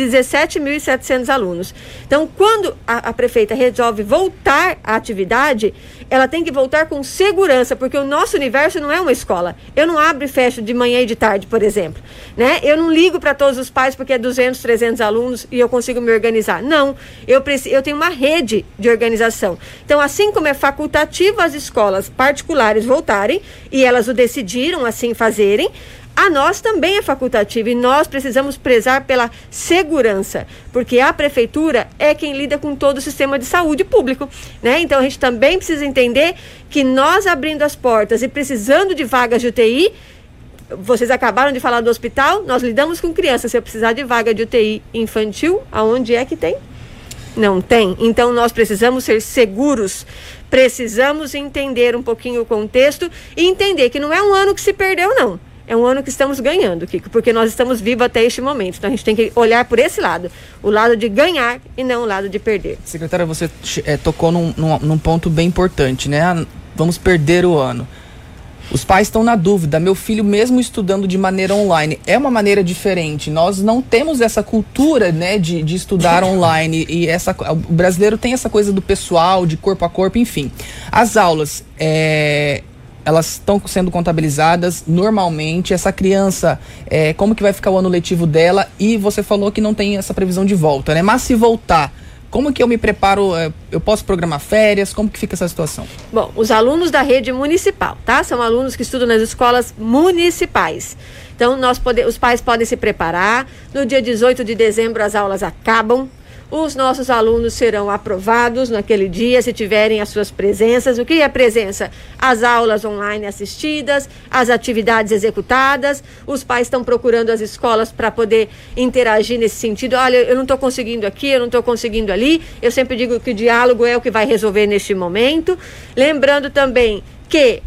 17.700 alunos. Então, quando a prefeita resolve voltar à atividade, ela tem que voltar com segurança, porque o nosso universo não é uma escola. Eu não abro e fecho de manhã e de tarde, por exemplo, né? Eu não ligo para todos os pais porque é 200, 300 alunos e eu consigo me organizar. Não, eu tenho uma rede de organização. Então, assim como é facultativo as escolas particulares voltarem, e elas o decidiram assim fazerem, a nós também é facultativo e nós precisamos prezar pela segurança, porque a prefeitura é quem lida com todo o sistema de saúde público, né? Então a gente também precisa entender que nós abrindo as portas e precisando de vagas de UTI, vocês acabaram de falar do hospital, nós lidamos com crianças, se eu precisar de vaga de UTI infantil, aonde é que tem? Não tem. Então nós precisamos ser seguros, precisamos entender um pouquinho o contexto e entender que não é um ano que se perdeu, não. É um ano que estamos ganhando, Kiko, porque nós estamos vivos até este momento. Então a gente tem que olhar por esse lado, o lado de ganhar e não o lado de perder. Secretária, você tocou num ponto bem importante, né? Vamos perder o ano. Os pais estão na dúvida, meu filho mesmo estudando de maneira online, é uma maneira diferente, nós não temos essa cultura, né, de estudar online, e o brasileiro tem essa coisa do pessoal, de corpo a corpo, enfim. As aulas, elas estão sendo contabilizadas normalmente, essa criança, como que vai ficar o ano letivo dela, e você falou que não tem essa previsão de volta, né, mas se voltar, Como que eu me preparo? Eu posso programar férias? Como que fica essa situação? Bom, os alunos da rede municipal, tá? São alunos que estudam nas escolas municipais. Então, os pais podem se preparar. No dia 18 de dezembro, as aulas acabam. Os nossos alunos serão aprovados naquele dia, se tiverem as suas presenças. O que é presença? As aulas online assistidas, as atividades executadas. Os pais estão procurando as escolas para poder interagir nesse sentido. Olha, eu não estou conseguindo aqui, eu não estou conseguindo ali. Eu sempre digo que o diálogo é o que vai resolver neste momento. Lembrando também que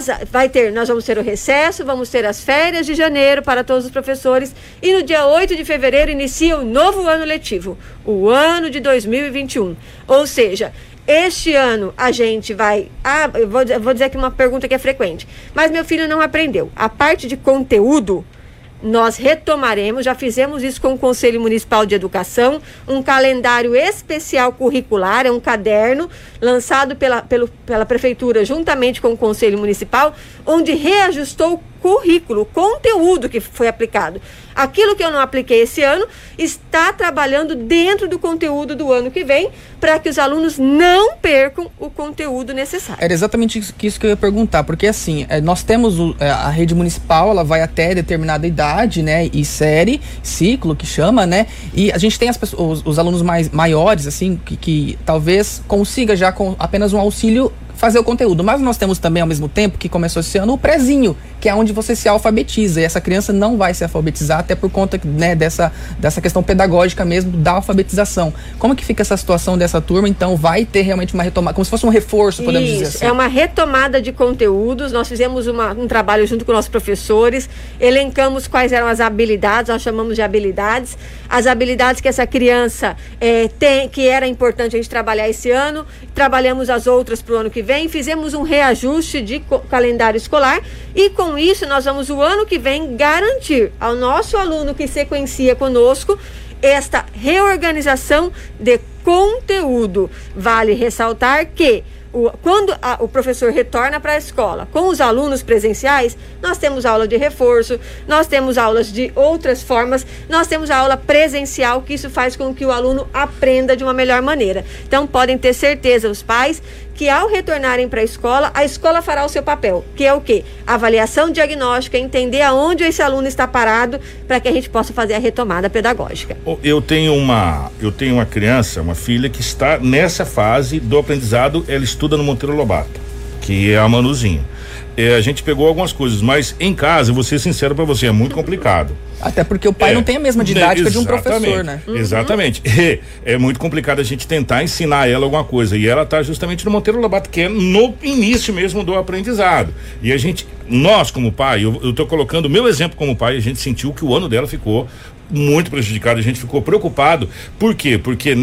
nós vamos ter o recesso, vamos ter as férias de janeiro para todos os professores e no dia 8 de fevereiro inicia o novo ano letivo, o ano de 2021. Ou seja, este ano a gente vai... eu vou dizer aqui uma pergunta que é frequente. Mas meu filho não aprendeu. A parte de conteúdo, nós retomaremos, já fizemos isso com o Conselho Municipal de Educação, um calendário especial curricular, é um caderno lançado pela Prefeitura juntamente com o Conselho Municipal, onde reajustou o currículo, o conteúdo que foi aplicado. Aquilo que eu não apliquei esse ano está trabalhando dentro do conteúdo do ano que vem, para que os alunos não percam o conteúdo necessário. Era exatamente isso que eu ia perguntar, porque assim, nós temos a rede municipal, ela vai até determinada idade, né, e série, ciclo que chama, né, e a gente tem os alunos maiores, assim, que talvez consiga já com apenas um auxílio fazer o conteúdo, mas nós temos também ao mesmo tempo que começou esse ano o prézinho, que é onde você se alfabetiza, e essa criança não vai se alfabetizar até por conta, né, dessa questão pedagógica mesmo da alfabetização. Como que fica essa situação dessa turma? Então vai ter realmente uma retomada, como se fosse um reforço, podemos dizer assim. É uma retomada de conteúdos. Nós fizemos um trabalho junto com nossos professores, elencamos quais eram as habilidades, nós chamamos de habilidades, as habilidades que essa criança tem, que era importante a gente trabalhar esse ano, trabalhamos as outras para o ano que vem, fizemos um reajuste de calendário escolar e com isso nós vamos o ano que vem garantir ao nosso aluno que sequencia conosco esta reorganização de conteúdo. Vale ressaltar que quando o professor retorna para a escola com os alunos presenciais, nós temos aula de reforço, nós temos aulas de outras formas, nós temos a aula presencial, que isso faz com que o aluno aprenda de uma melhor maneira. Então podem ter certeza os pais que ao retornarem para a escola fará o seu papel, que é o quê? Avaliação diagnóstica, entender aonde esse aluno está parado para que a gente possa fazer a retomada pedagógica. Eu tenho uma criança, uma filha que está nessa fase do aprendizado, ela estuda no Monteiro Lobato, que é a Manuzinha. A gente pegou algumas coisas, mas em casa, vou ser sincero para você, é muito complicado. Até porque o pai não tem a mesma didática de um professor, né? Exatamente. É muito complicado a gente tentar ensinar ela alguma coisa. E ela está justamente no Monteiro Lobato, que é no início mesmo do aprendizado. E nós como pai, eu tô colocando o meu exemplo como pai, a gente sentiu que o ano dela ficou muito prejudicado, a gente ficou preocupado. Por quê? Porque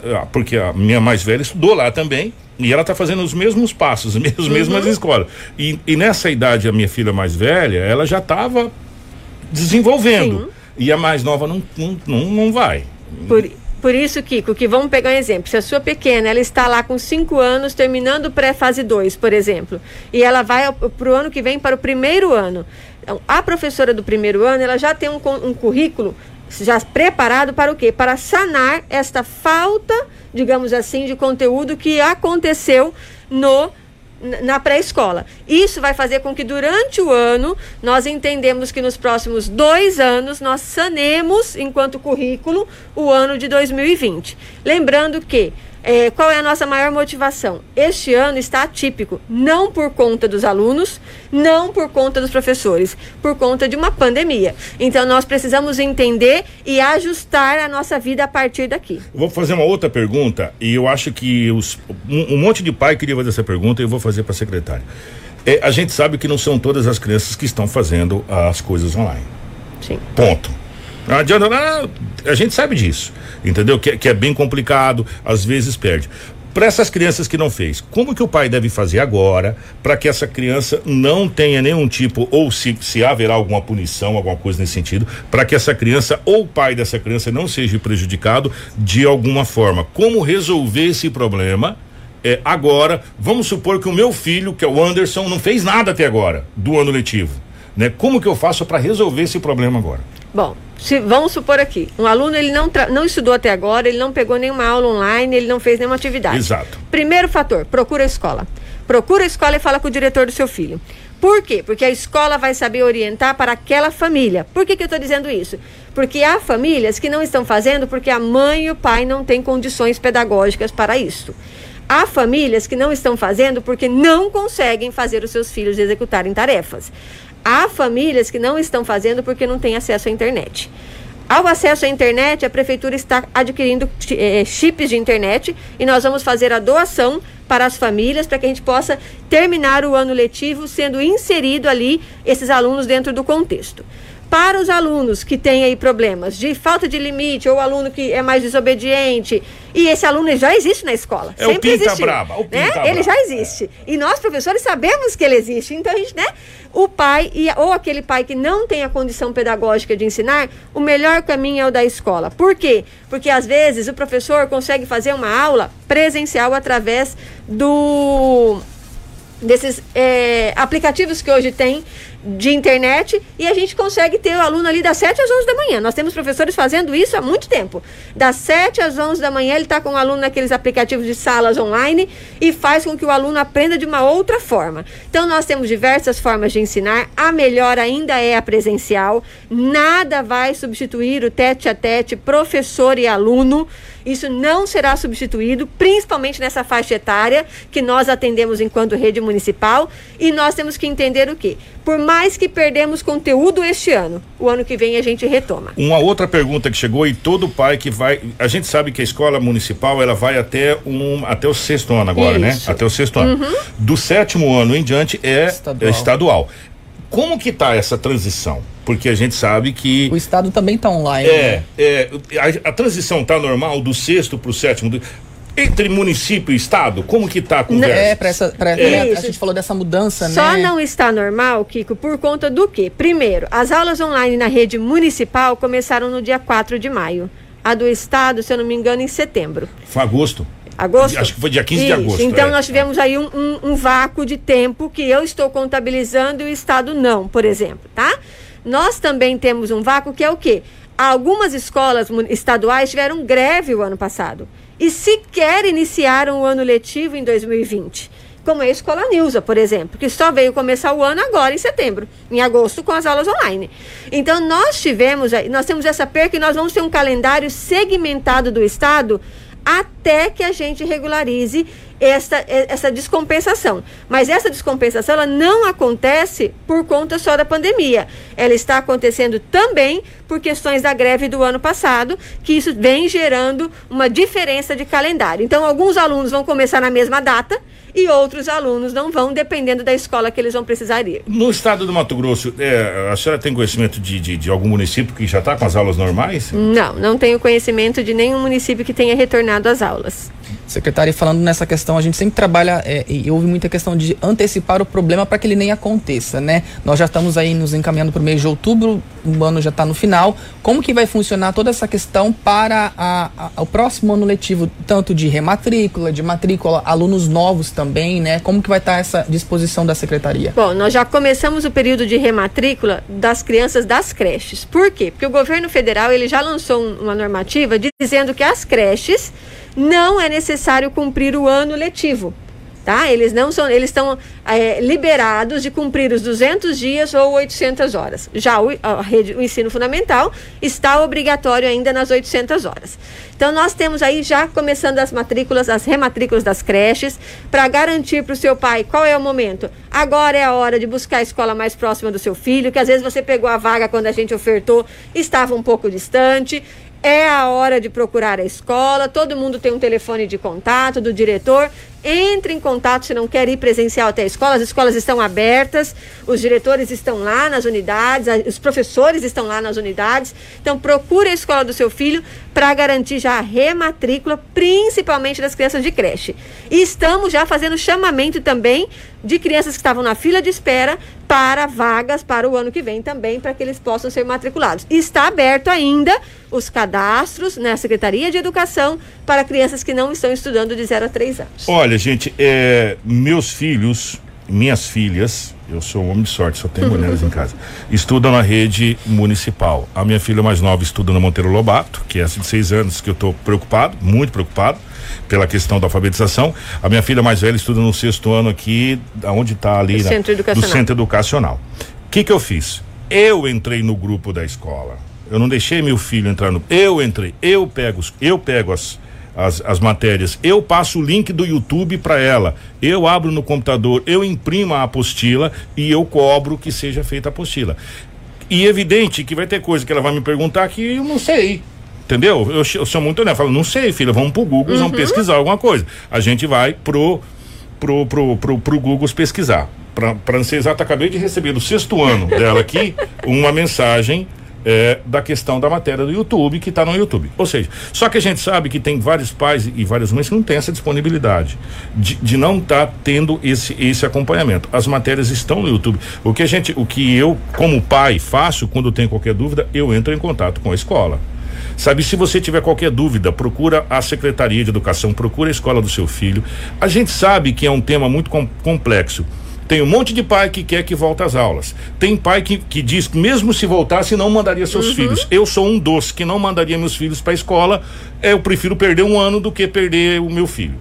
a minha mais velha estudou lá também. E ela está fazendo os mesmos passos, as mesmas escolas. E nessa idade, a minha filha mais velha, ela já estava desenvolvendo. Sim. E a mais nova não vai. Por isso, Kiko, que vamos pegar um exemplo. Se a sua pequena, ela está lá com 5 anos, terminando pré-fase 2, por exemplo, e ela vai para o ano que vem para o primeiro ano. Então, a professora do primeiro ano, ela já tem um currículo já preparado para o quê? Para sanar esta falta, digamos assim, de conteúdo que aconteceu na pré-escola. Isso vai fazer com que durante o ano nós entendemos que nos próximos 2 anos nós sanemos, enquanto currículo, o ano de 2020. Lembrando que qual é a nossa maior motivação? Este ano está atípico, não por conta dos alunos, não por conta dos professores, por conta de uma pandemia. Então nós precisamos entender e ajustar a nossa vida a partir daqui. Vou fazer uma outra pergunta e eu acho que um monte de pai queria fazer essa pergunta e eu vou fazer para a secretária. A gente sabe que não são todas as crianças que estão fazendo as coisas online. Sim. Ponto. Não adianta, a gente sabe disso, entendeu? Que é bem complicado, às vezes perde. Para essas crianças que não fez, como que o pai deve fazer agora para que essa criança não tenha nenhum tipo, ou se haverá alguma punição, alguma coisa nesse sentido, para que essa criança ou o pai dessa criança não seja prejudicado de alguma forma? Como resolver esse problema? Agora, vamos supor que o meu filho, que é o Anderson, não fez nada até agora do ano letivo, né? Como que eu faço para resolver esse problema agora? Bom, vamos supor aqui, um aluno ele não estudou até agora, ele não pegou nenhuma aula online, ele não fez nenhuma atividade. Exato. Primeiro fator, procura a escola. Procura a escola e fala com o diretor do seu filho. Por quê? Porque a escola vai saber orientar para aquela família. Por que eu estou dizendo isso? Porque há famílias que não estão fazendo porque a mãe e o pai não têm condições pedagógicas para isso. Há famílias que não estão fazendo porque não conseguem fazer os seus filhos executarem tarefas. Há famílias que não estão fazendo porque não têm acesso à internet. Ao acesso à internet, a prefeitura está adquirindo chips de internet e nós vamos fazer a doação para as famílias para que a gente possa terminar o ano letivo sendo inserido ali esses alunos dentro do contexto. Para os alunos que têm aí problemas de falta de limite ou aluno que é mais desobediente, e esse aluno já existe na escola. É sempre o Pinta Braba. Ele já existe. E nós, professores, sabemos que ele existe. Então, a gente, o pai ou aquele pai que não tem a condição pedagógica de ensinar, o melhor caminho é o da escola. Por quê? Porque, às vezes, o professor consegue fazer uma aula presencial através desses aplicativos que hoje tem de internet, e a gente consegue ter o aluno ali das 7 às 11 da manhã. Nós temos professores fazendo isso há muito tempo. Das 7 às 11 da manhã, ele está com o aluno naqueles aplicativos de salas online e faz com que o aluno aprenda de uma outra forma. Então, nós temos diversas formas de ensinar. A melhor ainda é a presencial. Nada vai substituir o tete-a-tete professor e aluno. Isso não será substituído, principalmente nessa faixa etária que nós atendemos enquanto rede municipal. E nós temos que entender o quê? Por mais que perdemos conteúdo este ano, o ano que vem a gente retoma. Uma outra pergunta que chegou, e todo pai que vai, a gente sabe que a escola municipal ela vai até o sexto ano agora, isso. né? Até o sexto ano. Do 7º ano em diante é estadual. Como que tá essa transição? Porque a gente sabe que o estado também tá online. A transição tá normal do 6º pro 7º. Entre município e estado, como que tá a conversa? A gente falou dessa mudança, né? Só não está normal, Kiko, por conta do quê? Primeiro, as aulas online na rede municipal começaram no dia 4 de maio. A do estado, se eu não me engano, em setembro. Foi agosto? Agosto? Acho que foi dia 15 de agosto. Então nós tivemos aí um vácuo de tempo que eu estou contabilizando e o estado não, por exemplo, tá? Nós também temos um vácuo que é o quê? Algumas escolas estaduais tiveram greve o ano passado e sequer iniciaram o ano letivo em 2020. Como a Escola Nilza, por exemplo, que só veio começar o ano agora em setembro, em agosto, com as aulas online. Então nós temos essa perca e nós vamos ter um calendário segmentado do estado até que a gente regularize essa descompensação. Mas essa descompensação ela não acontece por conta só da pandemia. Ela está acontecendo também por questões da greve do ano passado, que isso vem gerando uma diferença de calendário. Então, alguns alunos vão começar na mesma data e outros alunos não vão, dependendo da escola que eles vão precisar ir. No estado do Mato Grosso, a senhora tem conhecimento de algum município que já está com as aulas normais? Não tenho conhecimento de nenhum município que tenha retornado às aulas. Secretária, falando nessa questão, a gente sempre trabalha e houve muita questão de antecipar o problema para que ele nem aconteça, né? Nós já estamos aí nos encaminhando para o mês de outubro, o ano já está no final. Como que vai funcionar toda essa questão para o próximo ano letivo, tanto de rematrícula, de matrícula, alunos novos também, né? Como que vai estar essa disposição da secretaria? Bom, nós já começamos o período de rematrícula das crianças das creches. Por quê? Porque o governo federal ele já lançou uma normativa dizendo que as creches não é necessário cumprir o ano letivo, tá? Eles estão liberados de cumprir os 200 dias ou 800 horas. Já o ensino fundamental está obrigatório ainda nas 800 horas. Então, nós temos aí já começando as rematrículas das creches, para garantir para o seu pai qual é o momento. Agora é a hora de buscar a escola mais próxima do seu filho, que às vezes você pegou a vaga quando a gente ofertou, estava um pouco distante. É a hora de procurar a escola, todo mundo tem um telefone de contato do diretor. Entre em contato se não quer ir presencial até a escola, as escolas estão abertas, os diretores estão lá nas unidades, os professores estão lá nas unidades. Então procure a escola do seu filho para garantir já a rematrícula, principalmente das crianças de creche. E estamos já fazendo chamamento também de crianças que estavam na fila de espera para vagas para o ano que vem também, para que eles possam ser matriculados. E está aberto ainda os cadastros na Secretaria de Educação para crianças que não estão estudando de 0 a 3 anos. Olha, gente, meus filhos, minhas filhas, Eu sou um homem de sorte, só tenho mulheres em casa. Estudam na rede municipal. A minha filha mais nova estuda na Monteiro Lobato, que é essa de 6 anos, que eu estou preocupado, muito preocupado, pela questão da alfabetização. A minha filha mais velha estuda no 6º ano aqui, onde está ali, do Centro Educacional. O que eu fiz? Eu entrei no grupo da escola. Eu não deixei meu filho entrar no... Eu entrei, eu pego as matérias, eu passo o link do YouTube para ela, eu abro no computador, eu imprimo a apostila e eu cobro que seja feita a apostila. E evidente que vai ter coisa que ela vai me perguntar que eu não sei, entendeu? Eu sou muito honesto, eu falo, não sei, filha, vamos pro Google, vamos pesquisar alguma coisa. A gente vai pro Google pesquisar. Para não ser exato, acabei de receber do 6º ano dela aqui uma mensagem da questão da matéria do YouTube, que está no YouTube. Ou seja, só que a gente sabe que tem vários pais e várias mães que não têm essa disponibilidade de não estar tendo esse acompanhamento. As matérias estão no YouTube. O que eu, como pai, faço quando tenho qualquer dúvida, eu entro em contato com a escola. Sabe, se você tiver qualquer dúvida, procura a Secretaria de Educação, procura a escola do seu filho. A gente sabe que é um tema muito complexo. Tem um monte de pai que quer que volte às aulas. Tem pai que diz que mesmo se voltasse não mandaria seus filhos. Eu sou um dos que não mandaria meus filhos para a escola. Eu prefiro perder um ano do que perder o meu filho.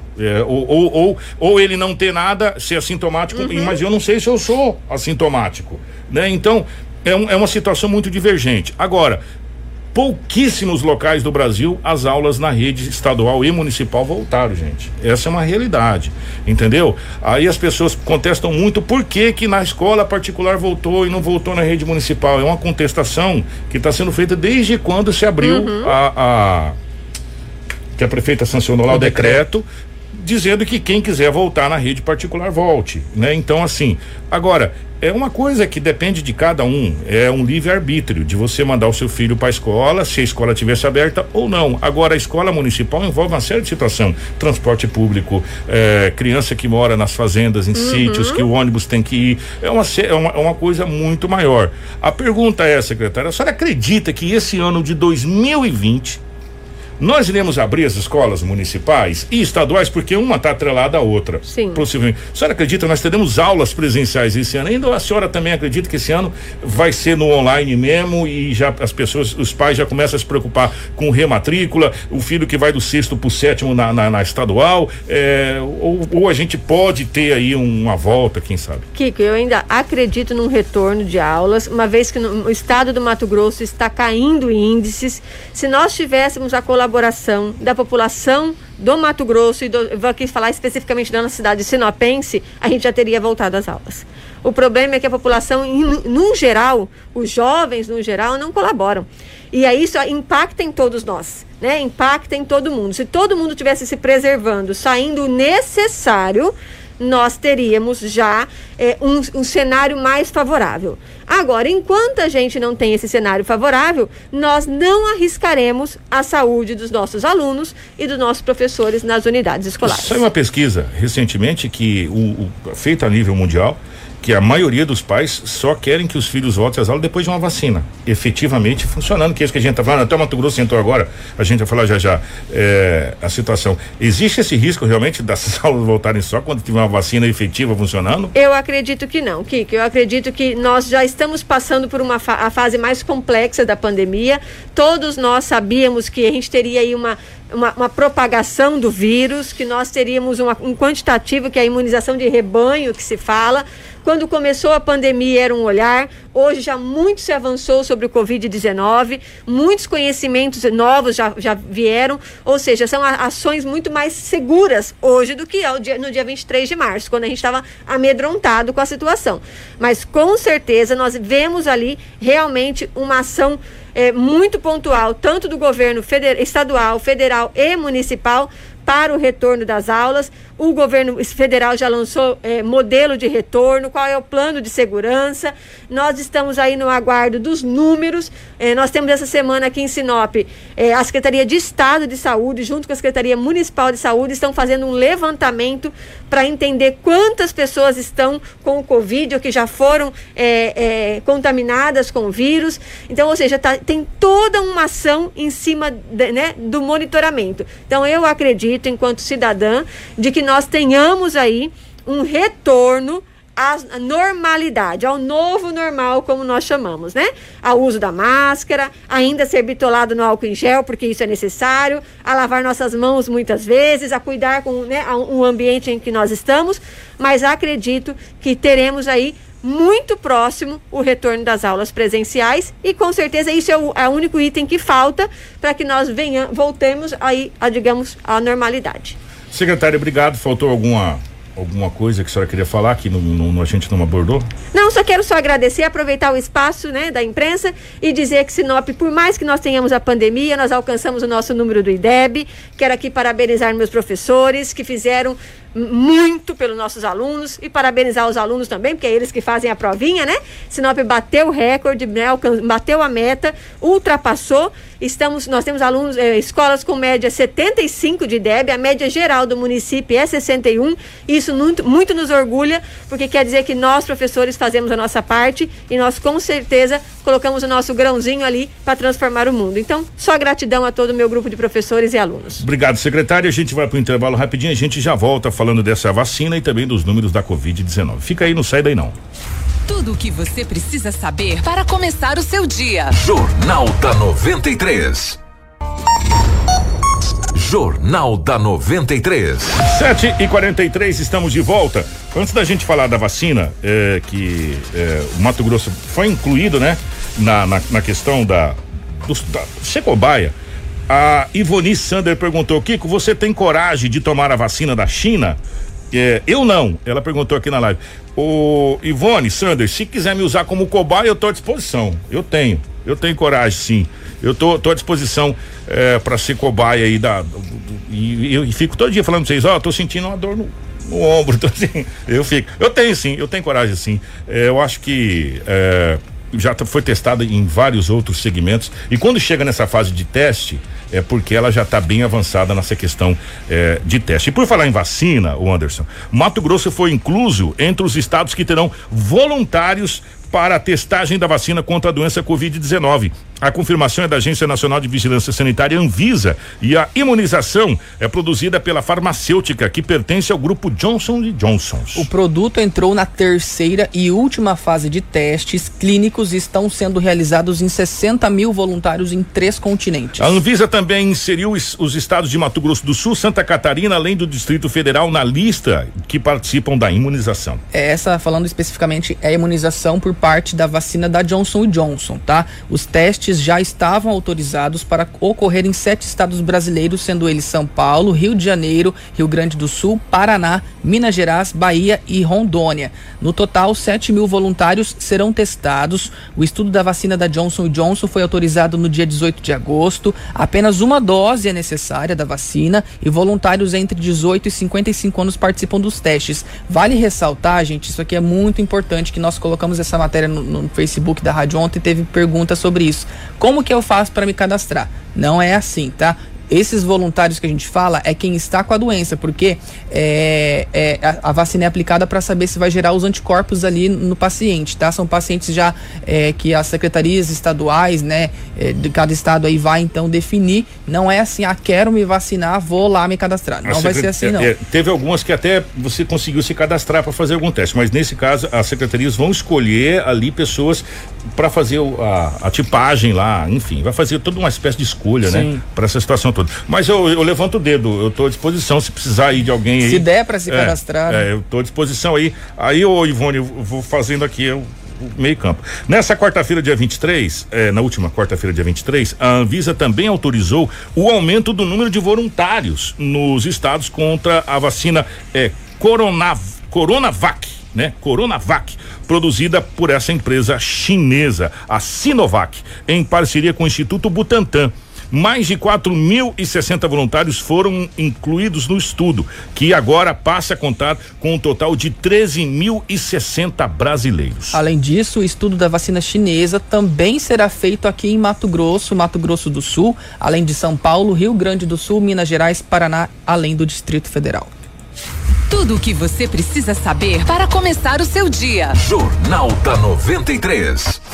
Ou ele não ter nada, ser assintomático, mas eu não sei se eu sou assintomático, né? Então é uma situação muito divergente. Agora, pouquíssimos locais do Brasil as aulas na rede estadual e municipal voltaram, gente. Essa é uma realidade, entendeu? Aí as pessoas contestam muito por que na escola particular voltou e não voltou na rede municipal. É uma contestação que está sendo feita desde quando se abriu que a prefeita sancionou lá o decreto dizendo que quem quiser voltar na rede particular volte, né? Então, assim, agora é uma coisa que depende de cada um, é um livre-arbítrio de você mandar o seu filho para a escola, se a escola tivesse aberta ou não. Agora, a escola municipal envolve uma série de situações, transporte público, criança que mora nas fazendas, em sítios, que o ônibus tem que ir, é uma coisa muito maior. A pergunta é, secretária, a senhora acredita que esse ano de 2020 nós iremos abrir as escolas municipais e estaduais, porque uma está atrelada à outra? Sim. Possivelmente. A senhora acredita que nós teremos aulas presenciais esse ano? Ainda a senhora também acredita que esse ano vai ser no online mesmo e já as pessoas, os pais já começam a se preocupar com rematrícula, o filho que vai do 6º para o 7º na estadual, ou a gente pode ter aí uma volta, quem sabe? Kiko, eu ainda acredito num retorno de aulas, uma vez que o estado do Mato Grosso está caindo em índices. Se nós tivéssemos a colaboração da população do Mato Grosso, vou aqui falar especificamente da nossa cidade sinopense, a gente já teria voltado às aulas. O problema é que a população, num geral, os jovens, no geral, não colaboram. E aí isso impacta em todos nós, né? Impacta em todo mundo. Se todo mundo tivesse se preservando, saindo o necessário, nós teríamos já um cenário mais favorável. Agora, enquanto a gente não tem esse cenário favorável, nós não arriscaremos a saúde dos nossos alunos e dos nossos professores nas unidades escolares. Saiu uma pesquisa recentemente feita a nível mundial, que a maioria dos pais só querem que os filhos voltem às aulas depois de uma vacina efetivamente funcionando, que é isso que a gente está falando. Até o Mato Grosso entrou agora, a gente vai falar já a situação. Existe esse risco realmente dessas aulas voltarem só quando tiver uma vacina efetiva funcionando? Eu acredito que não, Kiko. Eu acredito que nós já estamos passando por a fase mais complexa da pandemia. Todos nós sabíamos que a gente teria aí uma propagação do vírus, que nós teríamos um quantitativo, que é a imunização de rebanho que se fala. Quando começou a pandemia era um olhar, hoje já muito se avançou sobre o Covid-19, muitos conhecimentos novos já vieram, ou seja, são ações muito mais seguras hoje do que no dia 23 de março, quando a gente estava amedrontado com a situação. Mas com certeza nós vemos ali realmente uma ação muito pontual, tanto do governo estadual, federal e municipal, para o retorno das aulas. O governo federal já lançou modelo de retorno, qual é o plano de segurança. Nós estamos aí no aguardo dos números. Nós temos essa semana aqui em Sinop, a Secretaria de Estado de Saúde, junto com a Secretaria Municipal de Saúde, estão fazendo um levantamento para entender quantas pessoas estão com o Covid ou que já foram contaminadas com o vírus. Então, ou seja, tem toda uma ação em cima do monitoramento. Então, eu acredito, enquanto cidadã, de que nós tenhamos aí um retorno à normalidade, ao novo normal, como nós chamamos, né? Ao uso da máscara, ainda ser bitolado no álcool em gel, porque isso é necessário, a lavar nossas mãos muitas vezes, a cuidar com, né, um ambiente em que nós estamos, mas acredito que teremos aí muito próximo o retorno das aulas presenciais e com certeza isso é o único item que falta para que nós voltemos aí, digamos, à normalidade. Secretária, obrigado. Faltou alguma coisa que a senhora queria falar que a gente não abordou? Não, quero agradecer, aproveitar o espaço, né, da imprensa e dizer que Sinop, por mais que nós tenhamos a pandemia, nós alcançamos o nosso número do IDEB. Quero aqui parabenizar meus professores que fizeram muito pelos nossos alunos e parabenizar os alunos também, porque é eles que fazem a provinha, né? Sinop bateu o recorde, né? Bateu a meta, ultrapassou. Nós temos alunos, escolas com média 75 de IDEB, a média geral do município é 61. Isso muito nos orgulha, porque quer dizer que nós, professores, fazemos a nossa parte e nós, com certeza, colocamos o nosso grãozinho ali para transformar o mundo. Então, só gratidão a todo o meu grupo de professores e alunos. Obrigado, secretária. A gente vai para o intervalo rapidinho, a gente já volta falando dessa vacina e também dos números da Covid-19. Fica aí, não sai daí não. Tudo o que você precisa saber para começar o seu dia. Jornal da 93. Jornal da 93. 7h43, estamos de volta. Antes da gente falar da vacina, o Mato Grosso foi incluído, né? Na questão da ser cobaia. A Ivoni Sander perguntou: Kiko, você tem coragem de tomar a vacina da China? Eu não. Ela perguntou aqui na live. Ô Ivone Sander, se quiser me usar como cobaia, eu tô à disposição. Eu tenho coragem, sim. Eu tô à disposição para ser cobaia aí e fico todo dia falando pra vocês, tô sentindo uma dor no ombro, então, assim, eu tenho coragem, sim. Eu acho que já foi testada em vários outros segmentos e quando chega nessa fase de teste é porque ela já está bem avançada nessa questão de teste. E por falar em vacina, o Anderson, Mato Grosso foi incluso entre os estados que terão voluntários para a testagem da vacina contra a doença Covid-19. A confirmação é da Agência Nacional de Vigilância Sanitária, Anvisa, e a imunização é produzida pela farmacêutica que pertence ao grupo Johnson & Johnson. O produto entrou na terceira e última fase de testes clínicos e estão sendo realizados em 60 mil voluntários em 3 continentes. A Anvisa também inseriu os estados de Mato Grosso do Sul, Santa Catarina, além do Distrito Federal, na lista que participam da imunização. Essa, falando especificamente, é a imunização por parte da vacina da Johnson & Johnson, tá? Os testes já estavam autorizados para ocorrer em 7 estados brasileiros, sendo eles São Paulo, Rio de Janeiro, Rio Grande do Sul, Paraná, Minas Gerais, Bahia e Rondônia. No total, 7 mil voluntários serão testados. O estudo da vacina da Johnson & Johnson foi autorizado no dia 18 de agosto. Apenas uma dose é necessária da vacina e voluntários entre 18 e 55 anos participam dos testes. Vale ressaltar, gente, isso aqui é muito importante, que nós colocamos essa matéria no Facebook da rádio ontem, teve pergunta sobre isso. Como que eu faço para me cadastrar? Não é assim, tá? Esses voluntários que a gente fala é quem está com a doença, porque a vacina é aplicada para saber se vai gerar os anticorpos ali no paciente, tá? São pacientes já que as secretarias estaduais, né, de cada estado aí vai então definir. Não é assim, quero me vacinar, vou lá me cadastrar. Não vai ser assim, não. Teve algumas que até você conseguiu se cadastrar para fazer algum teste, mas nesse caso as secretarias vão escolher ali pessoas para fazer a tipagem lá, enfim, vai fazer toda uma espécie de escolha, sim, né, para essa situação toda. Mas eu levanto o dedo, eu estou à disposição, se precisar aí de alguém aí. Se der para se cadastrar. Eu estou à disposição aí. Aí, Ivone, eu vou fazendo aqui o meio campo. Nessa quarta-feira, dia 23, na última quarta-feira, dia 23, a Anvisa também autorizou o aumento do número de voluntários nos estados contra a vacina Coronavac, né? Coronavac, produzida por essa empresa chinesa, a Sinovac, em parceria com o Instituto Butantan. Mais de 4.060 voluntários foram incluídos no estudo, que agora passa a contar com um total de 13.060 brasileiros. Além disso, o estudo da vacina chinesa também será feito aqui em Mato Grosso do Sul, além de São Paulo, Rio Grande do Sul, Minas Gerais, Paraná, além do Distrito Federal. Tudo o que você precisa saber para começar o seu dia. Jornal da 93.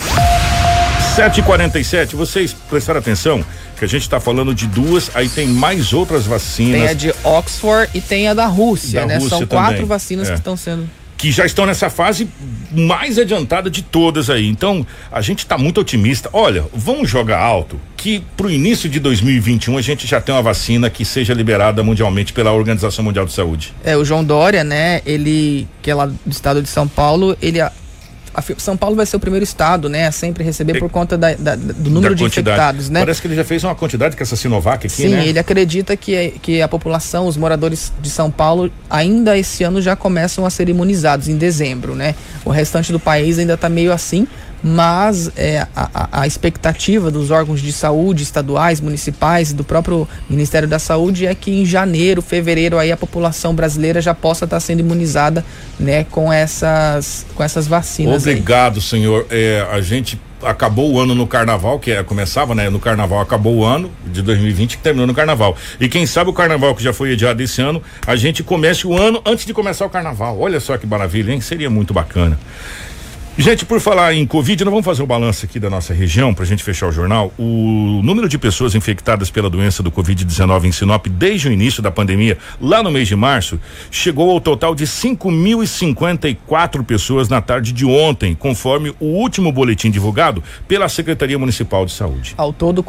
7h47, vocês prestaram atenção que a gente está falando de 2, aí tem mais outras vacinas. Tem a de Oxford e tem a da Rússia, né? São 4 vacinas que estão sendo. que já estão nessa fase mais adiantada de todas aí. Então, a gente está muito otimista. Olha, vamos jogar alto que pro início de 2021 a gente já tem uma vacina que seja liberada mundialmente pela Organização Mundial de Saúde. O João Dória, né, ele, que é lá do estado de São Paulo, São Paulo vai ser o primeiro estado, né, a sempre receber por conta do número de infectados, né? Parece que ele já fez uma quantidade com essa Sinovac aqui, Sim, né? Ele acredita que a população, os moradores de São Paulo, ainda esse ano já começam a ser imunizados em dezembro, né? O restante do país ainda está meio assim, mas a expectativa dos órgãos de saúde estaduais, municipais, do próprio Ministério da Saúde é que em janeiro, fevereiro aí a população brasileira já possa estar sendo imunizada, né, com essas vacinas. Obrigado, senhor. A gente acabou o ano no carnaval, começava, né? No carnaval acabou o ano de 2020 que terminou no carnaval. E quem sabe o carnaval que já foi adiado esse ano, a gente comece o ano antes de começar o carnaval. Olha só que maravilha, hein? Seria muito bacana. Gente, por falar em Covid, nós vamos fazer o balanço aqui da nossa região pra gente fechar o jornal. O número de pessoas infectadas pela doença do Covid-19 em Sinop desde o início da pandemia, lá no mês de março, chegou ao total de 5.054 pessoas na tarde de ontem, conforme o último boletim divulgado pela Secretaria Municipal de Saúde. Ao todo,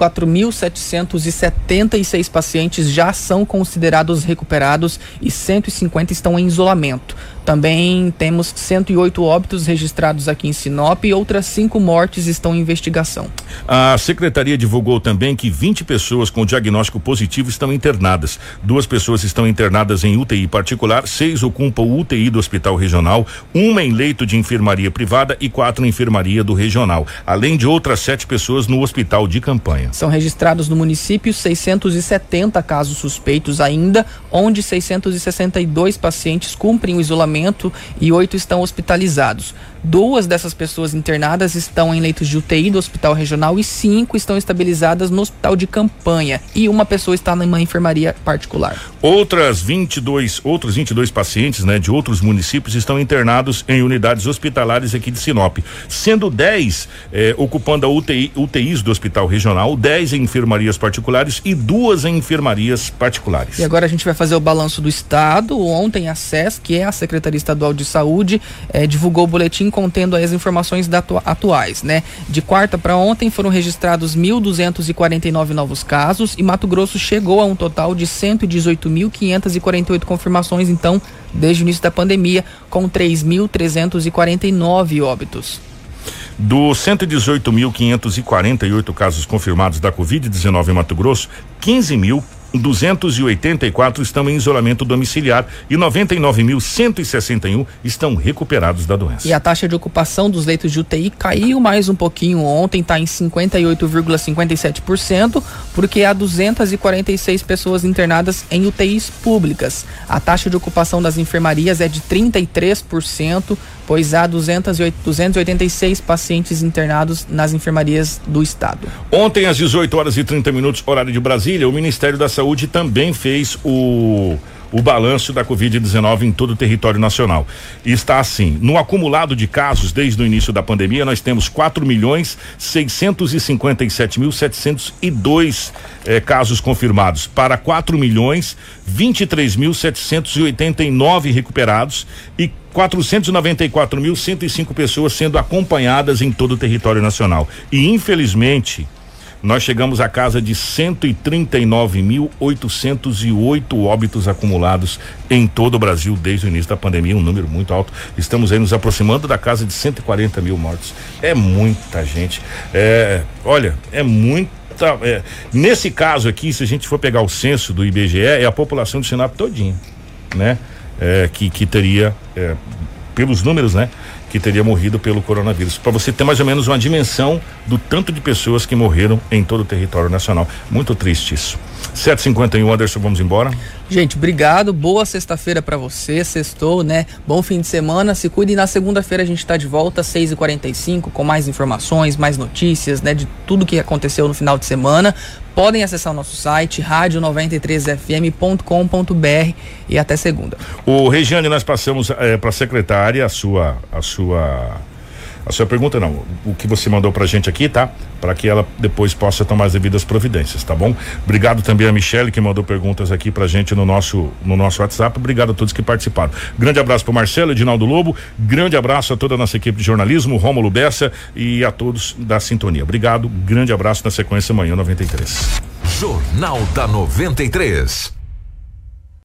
4.776 pacientes já são considerados recuperados e 150 estão em isolamento. Também temos 108 óbitos registrados aqui em Sinop e outras 5 mortes estão em investigação. A secretaria divulgou também que 20 pessoas com diagnóstico positivo estão internadas. 2 pessoas estão internadas em UTI particular, 6 ocupam o UTI do Hospital Regional, 1 em leito de enfermaria privada e 4 em enfermaria do Regional, além de outras 7 pessoas no hospital de campanha. São registrados no município 670 casos suspeitos ainda, onde 662 pacientes cumprem o isolamento e 8 estão hospitalizados. 2 dessas pessoas internadas estão em leitos de UTI do Hospital Regional e 5 estão estabilizadas no Hospital de Campanha e 1 pessoa está numa enfermaria particular. Outros 22 pacientes, né, de outros municípios estão internados em unidades hospitalares aqui de Sinop, sendo 10 ocupando a UTIs do Hospital Regional, 10 em enfermarias particulares e 2 em enfermarias particulares. E agora a gente vai fazer o balanço do estado. Ontem a SES, que é a Secretaria Estadual de Saúde, divulgou o boletim contendo as informações atuais, né? De quarta para ontem foram registrados 1.249 novos casos e Mato Grosso chegou a um total de 118.548 confirmações, então, desde o início da pandemia, com 3.349 óbitos. Dos 118.548 casos confirmados da Covid-19 em Mato Grosso, 15.284 estão em isolamento domiciliar e 99.161 estão recuperados da doença. E a taxa de ocupação dos leitos de UTI caiu mais um pouquinho ontem, está em 58,57%, porque há 246 pessoas internadas em UTIs públicas. A taxa de ocupação das enfermarias é de 33%, pois há 286 pacientes internados nas enfermarias do estado. Ontem, às 18h30, horário de Brasília, o Ministério da Saúde também fez o balanço da Covid-19 em todo o território nacional. E está assim: no acumulado de casos desde o início da pandemia, nós temos 4.657.702 casos confirmados, para 4.023.789 recuperados e 494.105 pessoas sendo acompanhadas em todo o território nacional. E infelizmente nós chegamos à casa de 139.808 óbitos acumulados em todo o Brasil desde o início da pandemia, um número muito alto. Estamos aí nos aproximando da casa de 140 mil mortos. É muita gente. Olha, é muita. Nesse caso aqui, se a gente for pegar o censo do IBGE, é a população de Sinop todinha, né? Que teria, pelos números, né? Que teria morrido pelo coronavírus, para você ter mais ou menos uma dimensão do tanto de pessoas que morreram em todo o território nacional. Muito triste isso. 7h51, Anderson, vamos embora? Gente, obrigado, boa sexta-feira para você, sextou, né? Bom fim de semana, se cuide, e na segunda-feira a gente tá de volta, 6h45, com mais informações, mais notícias, né? De tudo que aconteceu no final de semana. Podem acessar o nosso site, radio93fm.com.br, e até segunda. O Regiane, nós passamos para a secretária a A sua pergunta não, o que você mandou pra gente aqui, tá? Para que ela depois possa tomar as devidas providências, tá bom? Obrigado também a Michele, que mandou perguntas aqui pra gente no nosso WhatsApp. Obrigado a todos que participaram. Grande abraço pro Marcelo, Edinaldo Lobo, grande abraço a toda a nossa equipe de jornalismo, Rômulo Bessa e a todos da sintonia. Obrigado, grande abraço, na sequência amanhã 93. Jornal da 93.